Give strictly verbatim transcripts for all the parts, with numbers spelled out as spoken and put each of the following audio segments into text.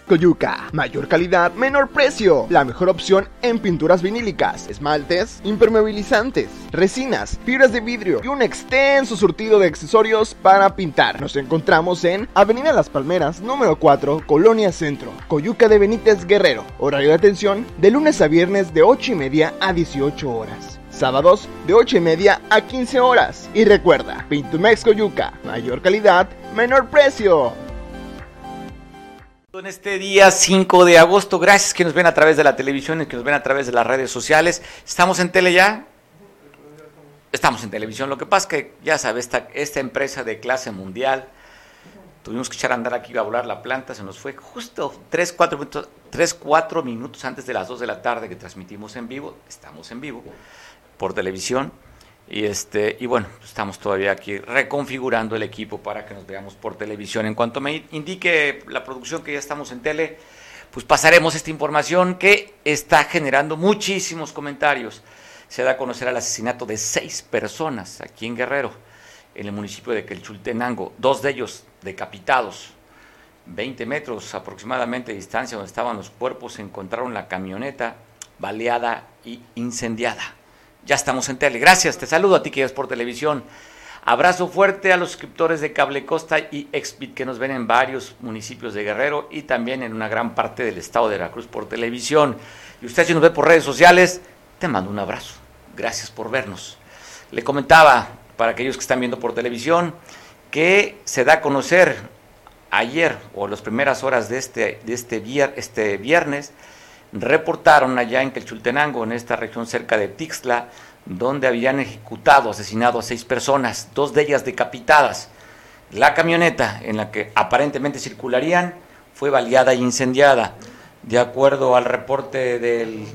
Coyuca, mayor calidad, menor precio. La mejor opción en pinturas vinílicas, esmaltes, impermeabilizantes, resinas, fibras de vidrio y un extenso surtido de accesorios para pintar. Nos encontramos en Avenida Las Palmeras, número cuatro, Colonia Centro, Coyuca de Benítez, Guerrero. Horario de atención de lunes a viernes de ocho y media a dieciocho horas. Sábados de ocho y media a quince horas. Y recuerda, Pintumex Coyuca, mayor calidad, menor precio. En este día cinco de agosto, gracias que nos ven a través de la televisión y que nos ven a través de las redes sociales. ¿Estamos en tele ya? Estamos en televisión. Lo que pasa es que, ya sabes, esta, esta empresa de clase mundial, tuvimos que echar a andar aquí a volar la planta, se nos fue justo tres, cuatro minutos, tres, cuatro minutos antes de las dos de la tarde que transmitimos en vivo. Estamos en vivo por televisión y este y bueno, estamos todavía aquí reconfigurando el equipo para que nos veamos por televisión. En cuanto me indique la producción que ya estamos en tele, pues pasaremos esta información que está generando muchísimos comentarios. Se da a conocer el asesinato de seis personas aquí en Guerrero, en el municipio de Quechultenango, dos de ellos decapitados. veinte metros aproximadamente de distancia donde estaban los cuerpos se encontraron la camioneta baleada y incendiada. Ya estamos en tele. Gracias, te saludo a ti que ves por televisión. Abrazo fuerte a los suscriptores de Cable Costa y Exbit que nos ven en varios municipios de Guerrero y también en una gran parte del estado de Veracruz por televisión. Y usted si nos ve por redes sociales, te mando un abrazo. Gracias por vernos. Le comentaba, para aquellos que están viendo por televisión, que se da a conocer ayer o las primeras horas de este, de este, vier, este viernes, reportaron allá en Quechultenango, en esta región cerca de Tixtla, donde habían ejecutado, asesinado a seis personas, dos de ellas decapitadas. La camioneta en la que aparentemente circularían fue baleada e incendiada. De acuerdo al reporte del,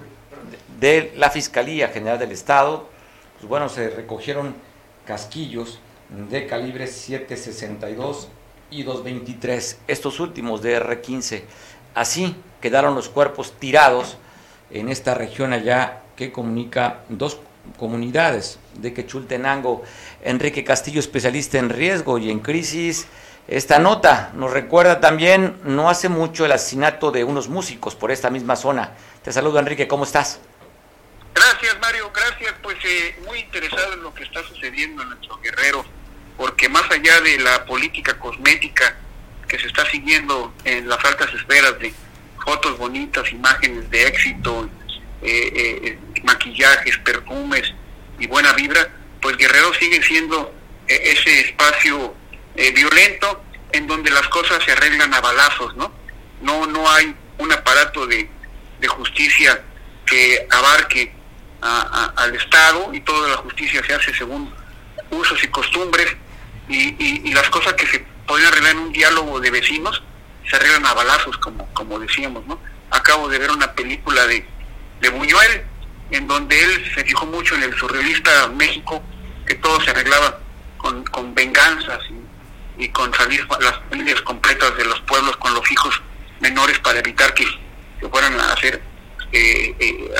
de la Fiscalía General del Estado, pues bueno, se recogieron casquillos de calibre siete sesenta y dos y dos veintitrés, estos últimos de erre quince. Así quedaron los cuerpos tirados en esta región allá que comunica dos comunidades de Quechultenango. Enrique Castillo, especialista en riesgo y en crisis. Esta nota nos recuerda también no hace mucho el asesinato de unos músicos por esta misma zona. Te saludo, Enrique, ¿cómo estás? Gracias, Mario, gracias. Pues eh, muy interesado en lo que está sucediendo en nuestro Guerrero, porque más allá de la política cosmética que se está siguiendo en las altas esferas de fotos bonitas, imágenes de éxito, eh, eh, maquillajes, perfumes y buena vibra, pues Guerrero sigue siendo eh, ese espacio eh, violento en donde las cosas se arreglan a balazos, ¿no? No, no hay un aparato de, de justicia que abarque a, a, al Estado, y toda la justicia se hace según usos y costumbres, y, y, y las cosas que se pueden arreglar en un diálogo de vecinos se arreglan a balazos, como como decíamos, ¿no? Acabo de ver una película de, de Buñuel, en donde él se fijó mucho en el surrealista México, que todo se arreglaba con, con venganzas y, y con salir las familias completas de los pueblos con los hijos menores para evitar que, que fueran a ser eh, eh,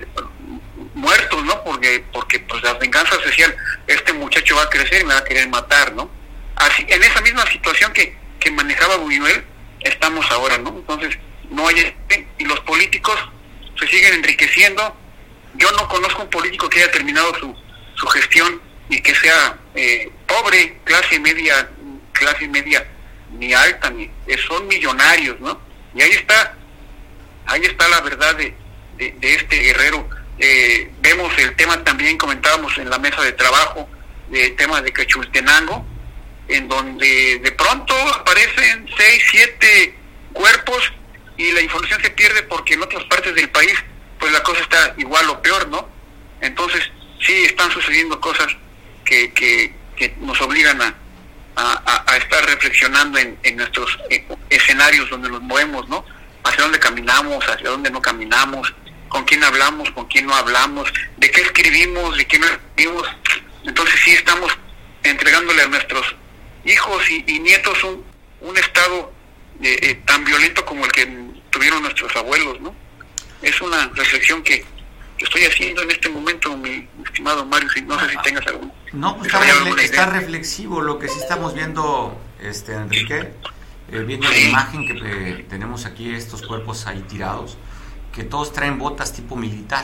muertos, ¿no? Porque porque pues las venganzas decían, este muchacho va a crecer y me va a querer matar, ¿no? Así, en esa misma situación que, que manejaba Buñuel, estamos ahora, ¿no? Entonces, no hay, y los políticos se siguen enriqueciendo. Yo no conozco un político que haya terminado su, su gestión y que sea eh, pobre, clase media, clase media ni alta, ni eh, son millonarios, ¿no? Y ahí está, ahí está la verdad de, de, de este Guerrero. Eh, vemos el tema también, comentábamos en la mesa de trabajo, de tema de Quechultenango, en donde de pronto aparecen seis, siete cuerpos y la información se pierde porque en otras partes del país pues la cosa está igual o peor, ¿no? Entonces sí están sucediendo cosas que, que, que nos obligan a, a, a estar reflexionando en, en nuestros escenarios donde nos movemos, ¿no? Hacia dónde caminamos, hacia dónde no caminamos, con quién hablamos, con quién no hablamos, de qué escribimos, de qué no escribimos. Entonces sí estamos entregándole a nuestros hijos y, y nietos un, un estado eh, eh, tan violento como el que tuvieron nuestros abuelos, ¿no? Es una reflexión que, que estoy haciendo en este momento, mi estimado Mario, si, no sé si tengas algún... No, pues está, refle- está reflexivo lo que sí estamos viendo, este Enrique, eh, viendo la imagen que eh, tenemos aquí, estos cuerpos ahí tirados, que todos traen botas tipo militar.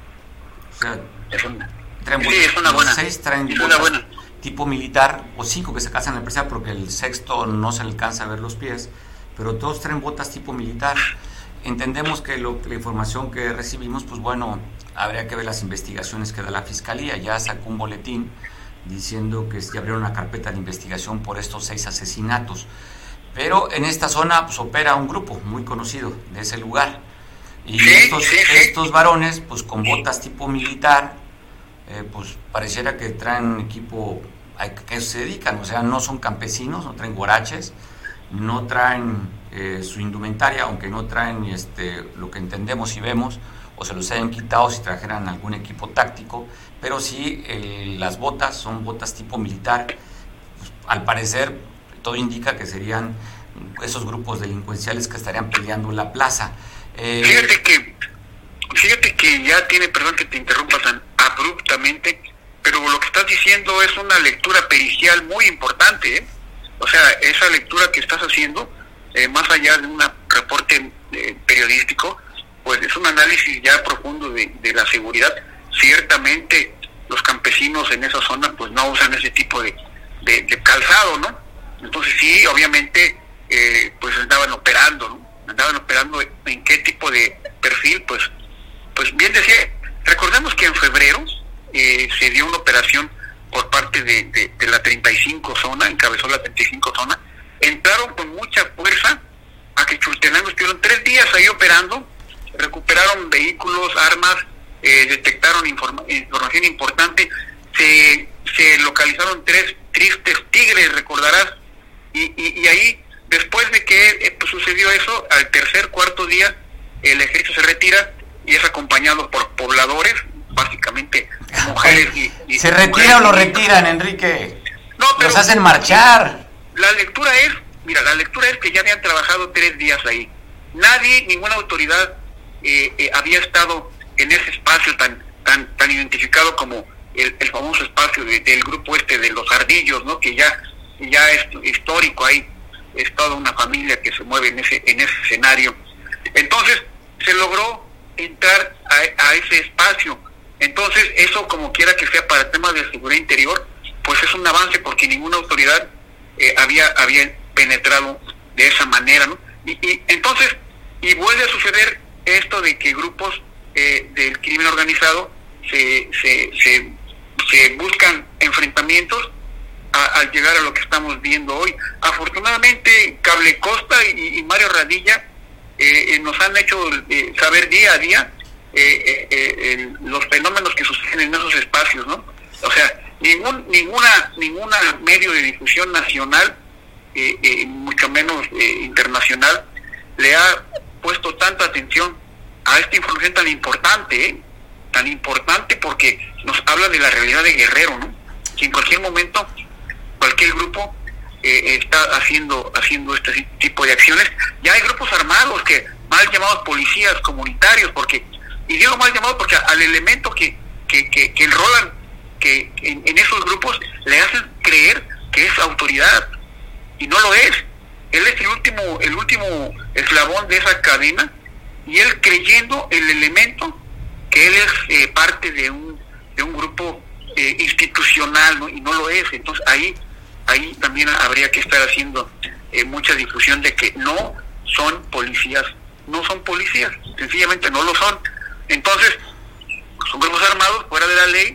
O sea, es una, traen sí, botas, es una buena. seis traen es botas una buena. tipo militar, o cinco que se casan en la empresa porque el sexto no se le alcanza a ver los pies, pero todos traen botas tipo militar. Entendemos que lo, la información que recibimos, pues bueno, habría que ver las investigaciones que da la Fiscalía. Ya sacó un boletín diciendo que ya abrieron una carpeta de investigación por estos seis asesinatos. Pero en esta zona pues opera un grupo muy conocido de ese lugar. Y sí, estos, sí, sí. estos varones, pues con botas tipo militar, eh, pues pareciera que traen equipo a que se dedican, o sea, no son campesinos, no traen guaraches, no traen eh, su indumentaria, aunque no traen este, lo que entendemos y vemos, o se los hayan quitado si trajeran algún equipo táctico, pero sí eh, las botas son botas tipo militar. Pues, al parecer, todo indica que serían esos grupos delincuenciales que estarían peleando en la plaza. Eh, fíjate que fíjate que ya tiene, perdón que te interrumpa tan abruptamente, pero lo que estás diciendo es una lectura pericial muy importante, ¿eh? O sea, esa lectura que estás haciendo, eh, más allá de un reporte eh, periodístico, pues es un análisis ya profundo de, de la seguridad. Ciertamente los campesinos en esa zona pues no usan ese tipo de, de, de calzado, ¿no? Entonces sí, obviamente, eh, pues andaban operando, ¿no? Andaban operando en qué tipo de perfil, pues, pues bien decía, recordemos que en febrero eh, se dio una operación por parte de, de, de la treinta y cinco zona, encabezó la treinta y cinco zona, entraron con mucha fuerza a Quechultenango, estuvieron tres días ahí operando, recuperaron vehículos, armas, eh, detectaron informa- información importante, se, se localizaron tres tristes tigres, recordarás, y, y, y ahí, después de que eh, pues, sucedió eso, al tercer, cuarto día, el ejército se retira y es acompañado por pobladores, básicamente mujeres y... y ¿Se retira o lo retiran, Enrique? No, pero los hacen marchar. La lectura es, mira, la lectura es que ya habían trabajado tres días ahí. Nadie, ninguna autoridad eh, eh, había estado en ese espacio tan tan tan identificado como el, el famoso espacio de, del grupo este de los ardillos, ¿no? Que ya ya es histórico ahí, es toda una familia que se mueve en ese en ese escenario. Entonces se logró entrar a, a ese espacio. Entonces eso, como quiera que sea para temas de seguridad interior, pues es un avance porque ninguna autoridad eh, había había penetrado de esa manera, ¿no? Y, y entonces y vuelve a suceder esto de que grupos eh, del crimen organizado se se se, se buscan enfrentamientos a, al llegar a lo que estamos viendo hoy. Afortunadamente Cable Costa y, y Mario Radilla eh, eh, nos han hecho eh, saber día a día eh, eh, eh, los fenómenos que suceden en esos espacios, ¿no? O sea, ningún ninguna ninguna medio de difusión nacional, eh, eh, mucho menos eh, internacional, le ha puesto tanta atención a esta información tan importante, ¿eh? tan importante porque nos habla de la realidad de Guerrero, ¿no? Que en cualquier momento cualquier grupo eh, está haciendo haciendo este tipo de acciones. Ya hay grupos armados, que mal llamados policías comunitarios, porque y digo mal llamados porque al elemento que que que, que enrolan que en, en esos grupos le hacen creer que es autoridad y no lo es. Él es el último el último eslabón de esa cadena y él creyendo el elemento que él es eh, parte de un de un grupo eh, institucional, ¿no? Y no lo es. Entonces ahí ahí también habría que estar haciendo eh, mucha difusión de que no son policías, no son policías, sencillamente no lo son. Entonces son grupos armados fuera de la ley,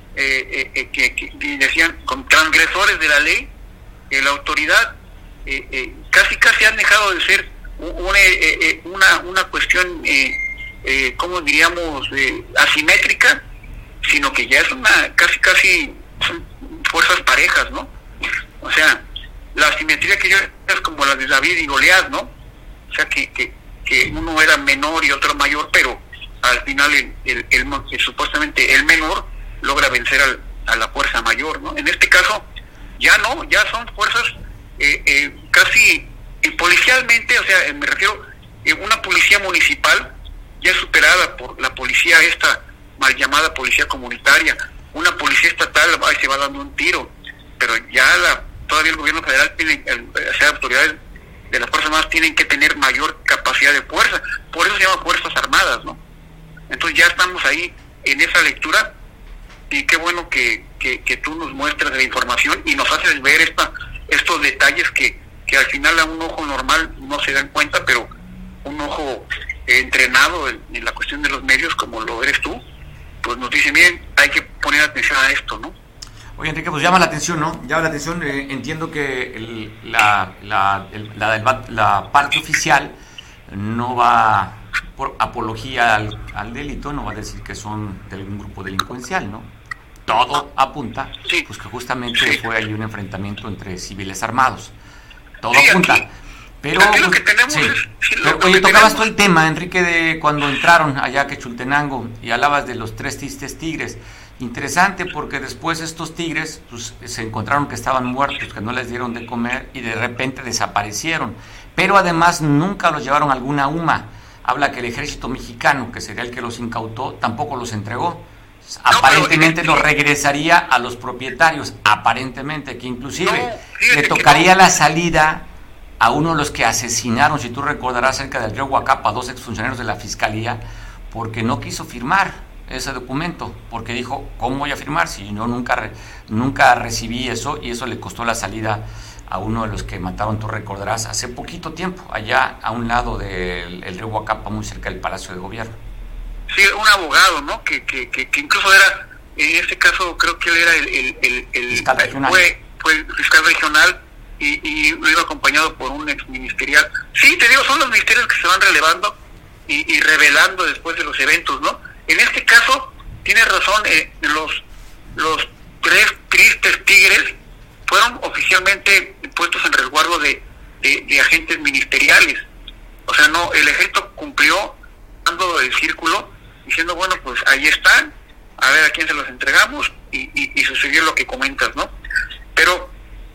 eh, eh, que, que decían con transgresores de la ley. Eh, la autoridad eh, eh, casi casi han dejado de ser una eh, una, una cuestión eh, eh, ¿cómo diríamos? Eh, asimétrica, sino que ya es una casi casi son fuerzas parejas, ¿no? O sea, la asimetría que yo es como la de David y Goliat, ¿no? O sea, que, que, que uno era menor y otro mayor, pero al final el, el, el, el supuestamente el menor logra vencer al, a la fuerza mayor, ¿no? En este caso ya no, ya son fuerzas eh, eh, casi eh, policialmente, o sea, me refiero a eh, una policía municipal ya superada por la policía esta mal llamada policía comunitaria, una policía estatal ay, se va dando un tiro, pero ya la todavía el gobierno federal tiene, el, o sea, autoridades de las Fuerzas Armadas tienen que tener mayor capacidad de fuerza, por eso se llama Fuerzas Armadas, ¿no? Entonces ya estamos ahí en esa lectura, y qué bueno que, que, que tú nos muestras la información y nos haces ver esta, estos detalles que, que al final a un ojo normal no se dan cuenta, pero un ojo eh, entrenado en, en la cuestión de los medios, como lo eres tú, pues nos dice, miren, hay que poner atención a esto, ¿no? Oye, Enrique, pues llama la atención, ¿no? Llama la atención, eh, entiendo que el, la, la, el, la, la, la parte oficial no va por apología al, al delito, no va a decir que son de algún grupo delincuencial, ¿no? Todo apunta, sí, pues que justamente sí. fue ahí un enfrentamiento entre civiles armados. Todo sí, apunta. Aquí, pero, aquí lo pues, que tenemos sí. es... Sí, pero, lo, lo oye, que tocabas tenemos... tú el tema, Enrique, de cuando entraron allá a Quechultenango y hablabas de los tres tristes tigres. Interesante, porque después estos tigres pues, se encontraron que estaban muertos, que no les dieron de comer y de repente desaparecieron. Pero además nunca los llevaron a alguna U M A. Habla que el ejército mexicano, que sería el que los incautó, tampoco los entregó. Aparentemente los regresaría a los propietarios, aparentemente, que inclusive no, le tocaría no. la salida a uno de los que asesinaron, si tú recordarás, cerca del río Huacapa, a dos exfuncionarios de la Fiscalía, porque no quiso firmar ese documento, porque dijo, ¿cómo voy a firmar si no nunca, nunca recibí eso? Y eso le costó la salida a uno de los que mataron, tú recordarás, hace poquito tiempo, allá a un lado del el río Huacapa, muy cerca del Palacio de Gobierno. Sí, un abogado, ¿no? Que, que, que, que incluso era, en este caso creo que él era el, el, el, el fiscal regional. Fue, fue el fiscal regional y, y lo iba acompañado por un ex ministerial. Sí, te digo, son los ministerios que se van relevando y, y revelando después de los eventos, ¿no? En este caso, tienes razón, eh, los, los tres tristes tigres fueron oficialmente puestos en resguardo de, de, de agentes ministeriales. O sea, no, el ejército cumplió dando el círculo, diciendo, bueno, pues ahí están, a ver a quién se los entregamos, y, y, y sucedió lo que comentas, ¿no? Pero,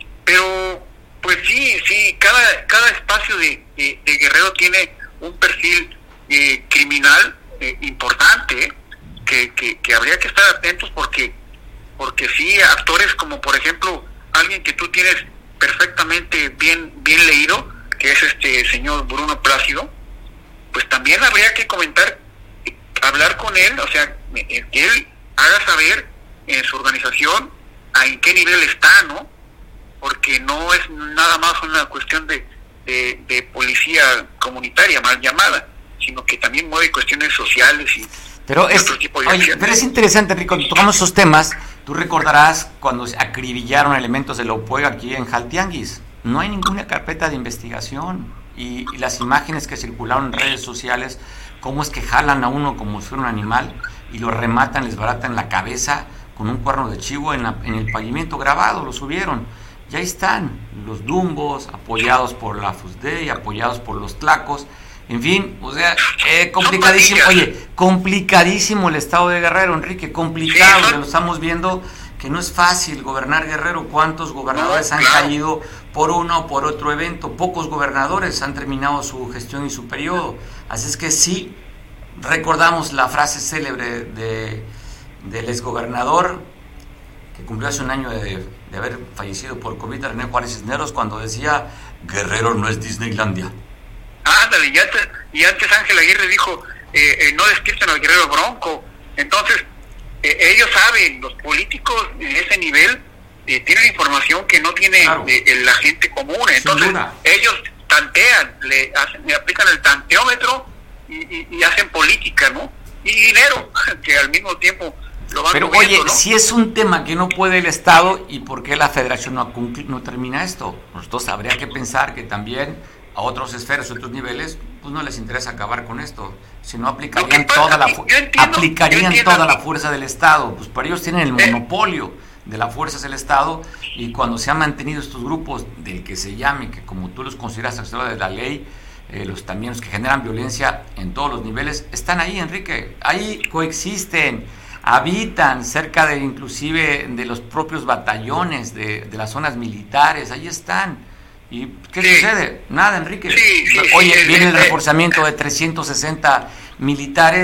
pero, pues sí, sí, cada, cada espacio de, de, de Guerrero tiene un perfil eh, criminal eh, importante, eh, que, que, que habría que estar atentos porque, porque sí, actores como por ejemplo, alguien que tú tienes perfectamente bien, bien leído, que es este señor Bruno Plácido, pues también habría que comentar, hablar con él, o sea, que él haga saber en su organización a en qué nivel está, ¿no? Porque no es nada más una cuestión de, de, de policía comunitaria mal llamada, sino que también mueve cuestiones sociales y pero es, otro tipo de oye, acciones. Pero es interesante, Rico, cuando tocamos esos temas, tú recordarás cuando se acribillaron elementos de la O P U E aquí en Jaltianguis. No hay ninguna carpeta de investigación. Y, y las imágenes que circularon en redes sociales, cómo es que jalan a uno como si fuera un animal y lo rematan, les baratan la cabeza con un cuerno de chivo en, la, en el pavimento grabado, lo subieron. Y ahí están los dumbos, apoyados por la FUSDEI, apoyados por los tlacos, en fin, o sea, eh, complicadísimo, oye, complicadísimo el estado de Guerrero, Enrique, complicado, sí, lo estamos viendo que no es fácil gobernar Guerrero. ¿Cuántos gobernadores no, han claro. caído por uno o por otro evento? Pocos gobernadores han terminado su gestión y su periodo. Así es que sí, recordamos la frase célebre de, del exgobernador que cumplió hace un año de, de haber fallecido por COVID, René Juárez Cisneros, cuando decía, Guerrero no es Disneylandia. Ándale, y antes, y antes Ángel Aguirre dijo, eh, eh, no despierten al Guerrero Bronco. Entonces, eh, ellos saben, los políticos en ese nivel eh, tienen información que no tiene claro. eh, la gente común. Entonces, ellos tantean, le, hacen, le aplican el tanteómetro y, y, y hacen política, ¿no? Y dinero, que al mismo tiempo lo van Pero moviendo, oye, ¿no? Si es un tema que no puede el Estado, ¿y por qué la Federación no, no termina esto? Nosotros habría que pensar que también a otras esferas, a otros niveles, pues no les interesa acabar con esto, si no aplicarían pasa, toda la fu- entiendo, aplicarían toda la fuerza del Estado, pues para ellos tienen el eh. monopolio de las fuerzas del Estado, y cuando se han mantenido estos grupos, del que se llame, que como tú los consideras accesorios de la ley, eh, los también los que generan violencia en todos los niveles, están ahí, Enrique, ahí coexisten, habitan cerca de inclusive de los propios batallones, de, de las zonas militares, ahí están. ¿Y qué sí. sucede? Nada, Enrique. Sí, sí, Oye, sí, viene sí, el reforzamiento de trescientos sesenta militares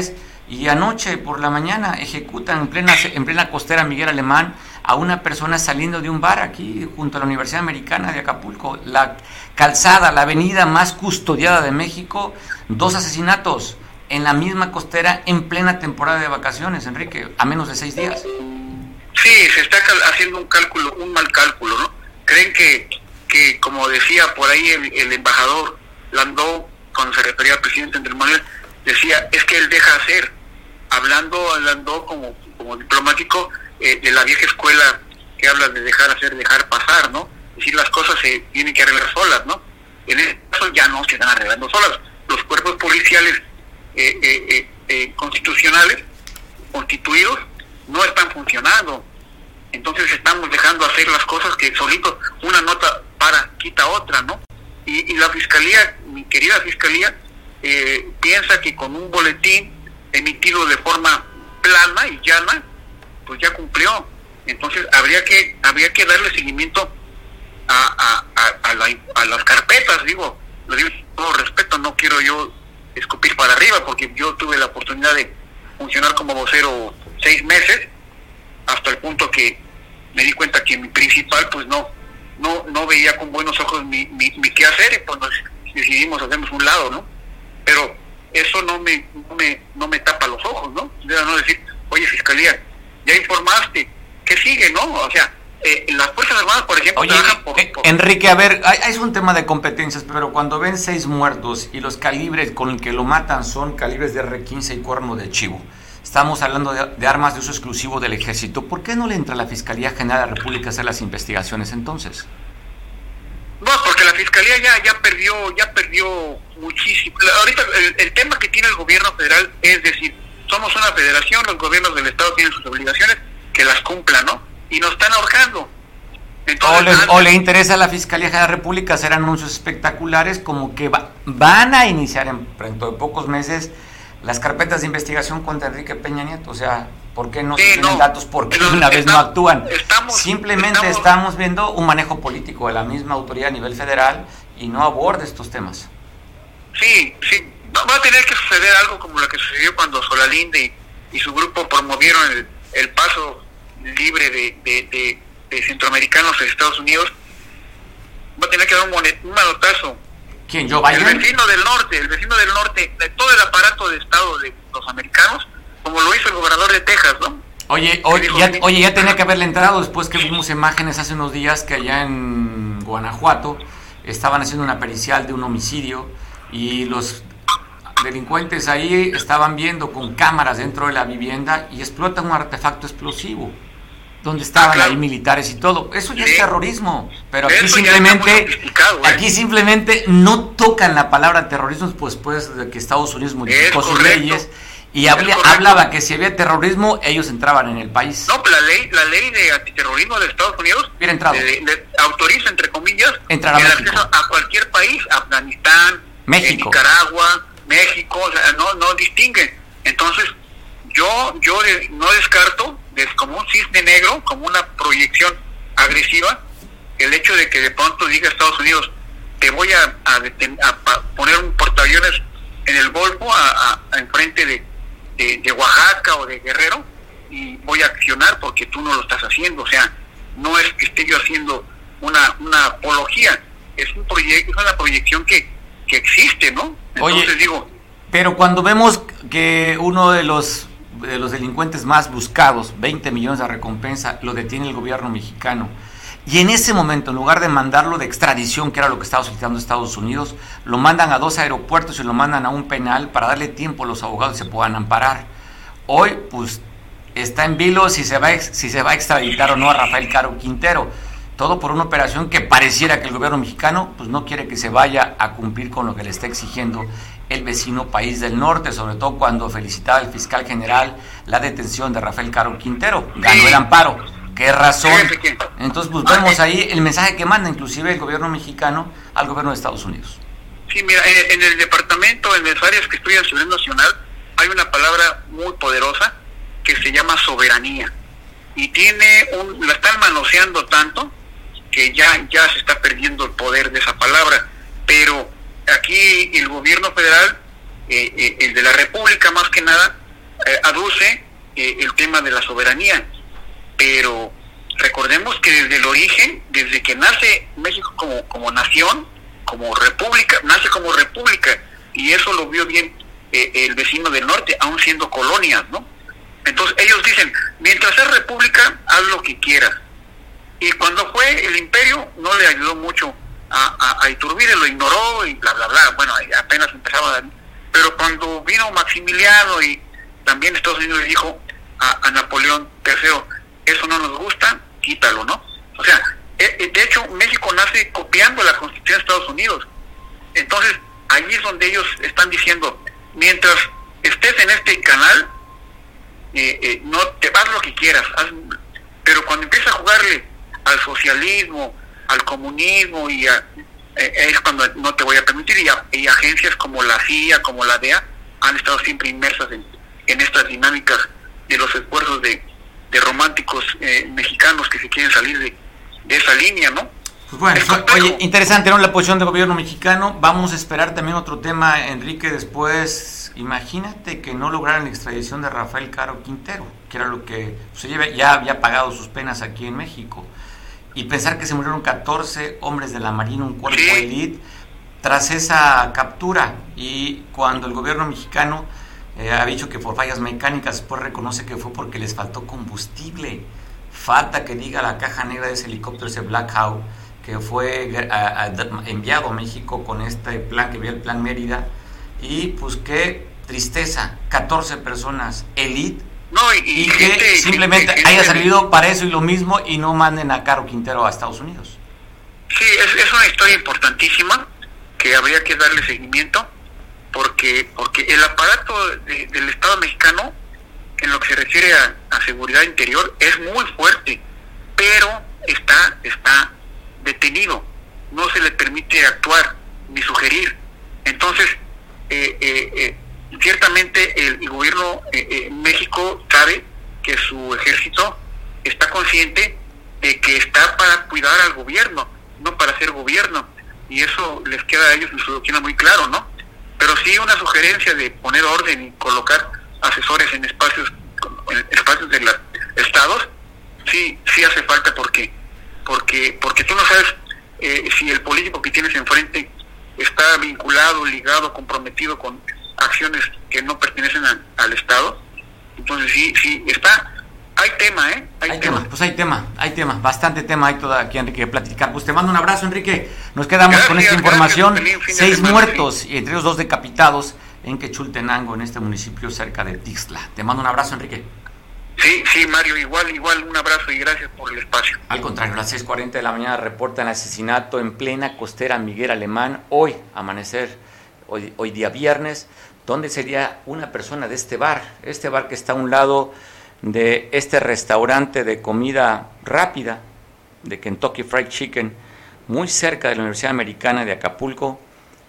Y anoche por la mañana ejecutan en plena, en plena costera Miguel Alemán a una persona saliendo de un bar aquí junto a la Universidad Americana de Acapulco, la calzada, la avenida más custodiada de México, dos asesinatos en la misma costera en plena temporada de vacaciones, Enrique, a menos de seis días. Sí, se está haciendo un cálculo, un mal cálculo, ¿no? Creen que, que como decía por ahí el, el embajador Landó, cuando se refería al presidente Andrés Manuel, decía, es que él deja hacer, hablando Landó como, como diplomático, eh, de la vieja escuela que habla de dejar hacer, dejar pasar, ¿no? Es decir, las cosas se tienen que arreglar solas, ¿no? En este caso ya no se están arreglando solas. Los cuerpos policiales eh, eh, eh, eh, constitucionales, constituidos, no están funcionando. Entonces estamos dejando hacer las cosas que solito una nota para, quita otra, ¿no? Y, y la fiscalía, mi querida fiscalía, eh, piensa que con un boletín emitido de forma plana y llana, pues ya cumplió. Entonces habría que habría que darle seguimiento a, a, a, a, la, a las carpetas, digo, lo digo con todo respeto, no quiero yo escupir para arriba, porque yo tuve la oportunidad de funcionar como vocero seis meses, hasta el punto que me di cuenta que mi principal pues no no no veía con buenos ojos mi, mi, mi qué hacer, y pues nos decidimos hacernos un lado, ¿no? Pero eso no me no me, no me tapa los ojos, ¿no? De no decir, oye, fiscalía, ya informaste, ¿qué sigue, no? O sea, eh, las Fuerzas Armadas, por ejemplo, Oye, trabajan por, eh, por... Enrique, a ver, hay, es un tema de competencias, pero cuando ven seis muertos y los calibres con el que lo matan son calibres de erre quince y cuerno de chivo, estamos hablando de, de armas de uso exclusivo del ejército, ¿por qué no le entra a la Fiscalía General de la República a hacer las investigaciones entonces? No, porque la fiscalía ya ya perdió ya perdió muchísimo. Ahorita el, el tema que tiene el gobierno federal es decir, somos una federación, los gobiernos del estado tienen sus obligaciones, que las cumplan, ¿no? Y nos están ahorcando. Entonces, o, les, antes, o le interesa a la Fiscalía General de la República hacer anuncios espectaculares como que va, van a iniciar en, dentro de pocos meses las carpetas de investigación contra Enrique Peña Nieto. O sea, ¿por qué no sí, se tienen no, datos? ¿Por qué pero una vez estamos, no actúan? Estamos, Simplemente estamos, estamos viendo un manejo político de la misma autoridad a nivel federal y no aborda estos temas. Sí, sí, va a tener que suceder algo como lo que sucedió cuando Solalinde y, y su grupo promovieron el, el paso libre de, de, de, de centroamericanos a Estados Unidos. Va a tener que dar un, monet, un manotazo. ¿Quién, Joe Biden? El vecino del norte, el vecino del norte, de todo el aparato de Estado de los americanos, como lo hizo el gobernador de Texas, ¿no? Oye, oye, ya, oye, ya tenía que haberle entrado después que vimos imágenes hace unos días que allá en Guanajuato estaban haciendo una pericial de un homicidio y los delincuentes ahí estaban viendo con cámaras dentro de la vivienda y explotan un artefacto explosivo donde estaban ah, claro. ahí militares y todo. Eso ya sí. es terrorismo, pero aquí Eso simplemente ¿eh? aquí simplemente no tocan la palabra terrorismo pues después de que Estados Unidos modificó sus leyes y habla, hablaba que si había terrorismo ellos entraban en el país. No, pues la ley la ley de antiterrorismo de Estados Unidos de, de, autoriza, entre comillas, entrar a el México. acceso a cualquier país, Afganistán, México, eh, Nicaragua, México, o sea, no no distinguen. Entonces yo yo de, no descarto es como un cisne negro, como una proyección agresiva, el hecho de que de pronto diga Estados Unidos, te voy a, a, deten, a, a poner un portaaviones en el Golfo, a, a, a enfrente de, de, de Oaxaca o de Guerrero, y voy a accionar porque tú no lo estás haciendo. O sea, no es que esté yo haciendo una, una apología, es un proyecto, es una proyección que, que existe, ¿no? Entonces Oye, digo, pero cuando vemos que uno de los de los delincuentes más buscados, veinte millones de recompensa, lo detiene el gobierno mexicano. Y en ese momento, en lugar de mandarlo de extradición, que era lo que estaba solicitando Estados Unidos, lo mandan a dos aeropuertos y lo mandan a un penal para darle tiempo a los abogados que se puedan amparar. Hoy, pues, está en vilo si se va a, si se va a extraditar o no a Rafael Caro Quintero. Todo por una operación que pareciera que el gobierno mexicano pues no quiere que se vaya a cumplir con lo que le está exigiendo el vecino país del norte, sobre todo cuando felicitaba al fiscal general la detención de Rafael Caro Quintero, ganó el amparo. ¿Qué razón? Entonces pues vemos ahí el mensaje que manda inclusive el gobierno mexicano al gobierno de Estados Unidos. Sí, mira, en el departamento, en las áreas que estudian seguridad nacional, hay una palabra muy poderosa que se llama soberanía, y tiene un, la están manoseando tanto que ya, ya se está perdiendo el poder de esa palabra, pero aquí el gobierno federal, eh, eh, el de la República más que nada, eh, aduce eh, el tema de la soberanía, pero recordemos que desde el origen, desde que nace México como, como nación, como república, nace como república, y eso lo vio bien eh, el vecino del norte, aún siendo colonias, ¿no? Entonces ellos dicen, mientras sea república, haz lo que quieras. Y cuando fue el imperio, no le ayudó mucho a, a, a Iturbide, lo ignoró y bla, bla, bla. Bueno, apenas empezaba a dar. Pero cuando vino Maximiliano y también Estados Unidos le dijo a, a Napoleón tercero, eso no nos gusta, quítalo, ¿no? O sea, eh, de hecho, México nace copiando la Constitución de Estados Unidos. Entonces, allí es donde ellos están diciendo, mientras estés en este canal, eh, eh, no te haz lo que quieras, haz, pero cuando empiezas a jugarle al socialismo, al comunismo, y a, eh, es cuando no te voy a permitir, y, a, y agencias como la C I A, como la D E A, han estado siempre inmersas en, en estas dinámicas de los esfuerzos de, de románticos eh, mexicanos que se quieren salir de, de esa línea, ¿no? Pues bueno, oye, interesante, ¿no? La posición del gobierno mexicano. Vamos a esperar también otro tema, Enrique, después. Imagínate que no lograran la extradición de Rafael Caro Quintero, que era lo que se lleva, ya había pagado sus penas aquí en México. Y pensar que se murieron catorce hombres de la Marina, un cuerpo sí. élite, tras esa captura. Y cuando el gobierno mexicano eh, ha dicho que por fallas mecánicas, después reconoce que fue porque les faltó combustible. Falta que diga la caja negra de ese helicóptero, ese Black Hawk, que fue a, a, enviado a México con este plan, que vio el plan Mérida. Y pues qué tristeza, catorce personas, elite, no, y, y, y gente, que simplemente gente, haya gente, salido para eso y lo mismo, y no manden a Caro Quintero a Estados Unidos. Sí, es, es una historia importantísima que habría que darle seguimiento, porque porque el aparato de, del Estado mexicano, en lo que se refiere a, a seguridad interior, es muy fuerte, pero está está detenido, no se le permite actuar ni sugerir. Entonces, eh, eh, eh, ciertamente el, el gobierno eh, eh, México sabe que su ejército está consciente de que está para cuidar al gobierno, no para ser gobierno, y eso les queda a ellos en su doctrina muy claro, ¿no? Pero sí una sugerencia de poner orden y colocar asesores en espacios en espacios de los estados, sí sí hace falta, porque porque porque tú no sabes eh, si el político que tienes enfrente está vinculado, ligado, comprometido con acciones que no pertenecen a, al Estado. Entonces sí, sí, está, hay tema, ¿eh? Hay, hay tema. tema. Pues hay tema, hay tema, bastante tema hay toda aquí, Enrique, que platicar. Pues te mando un abrazo, Enrique. Nos quedamos Gracias, con esta información. Gracias, Seis semana, muertos, sí. y entre ellos dos decapitados en Quechultenango, en este municipio cerca de Tixla. Te mando un abrazo, Enrique. Sí, sí, Mario, igual, igual, un abrazo y gracias por el espacio. Al contrario, a las seis cuarenta de la mañana reportan asesinato en plena costera Miguel Alemán, hoy, amanecer, hoy, hoy día viernes, donde sería una persona de este bar, este bar que está a un lado de este restaurante de comida rápida, de Kentucky Fried Chicken, muy cerca de la Universidad Americana de Acapulco,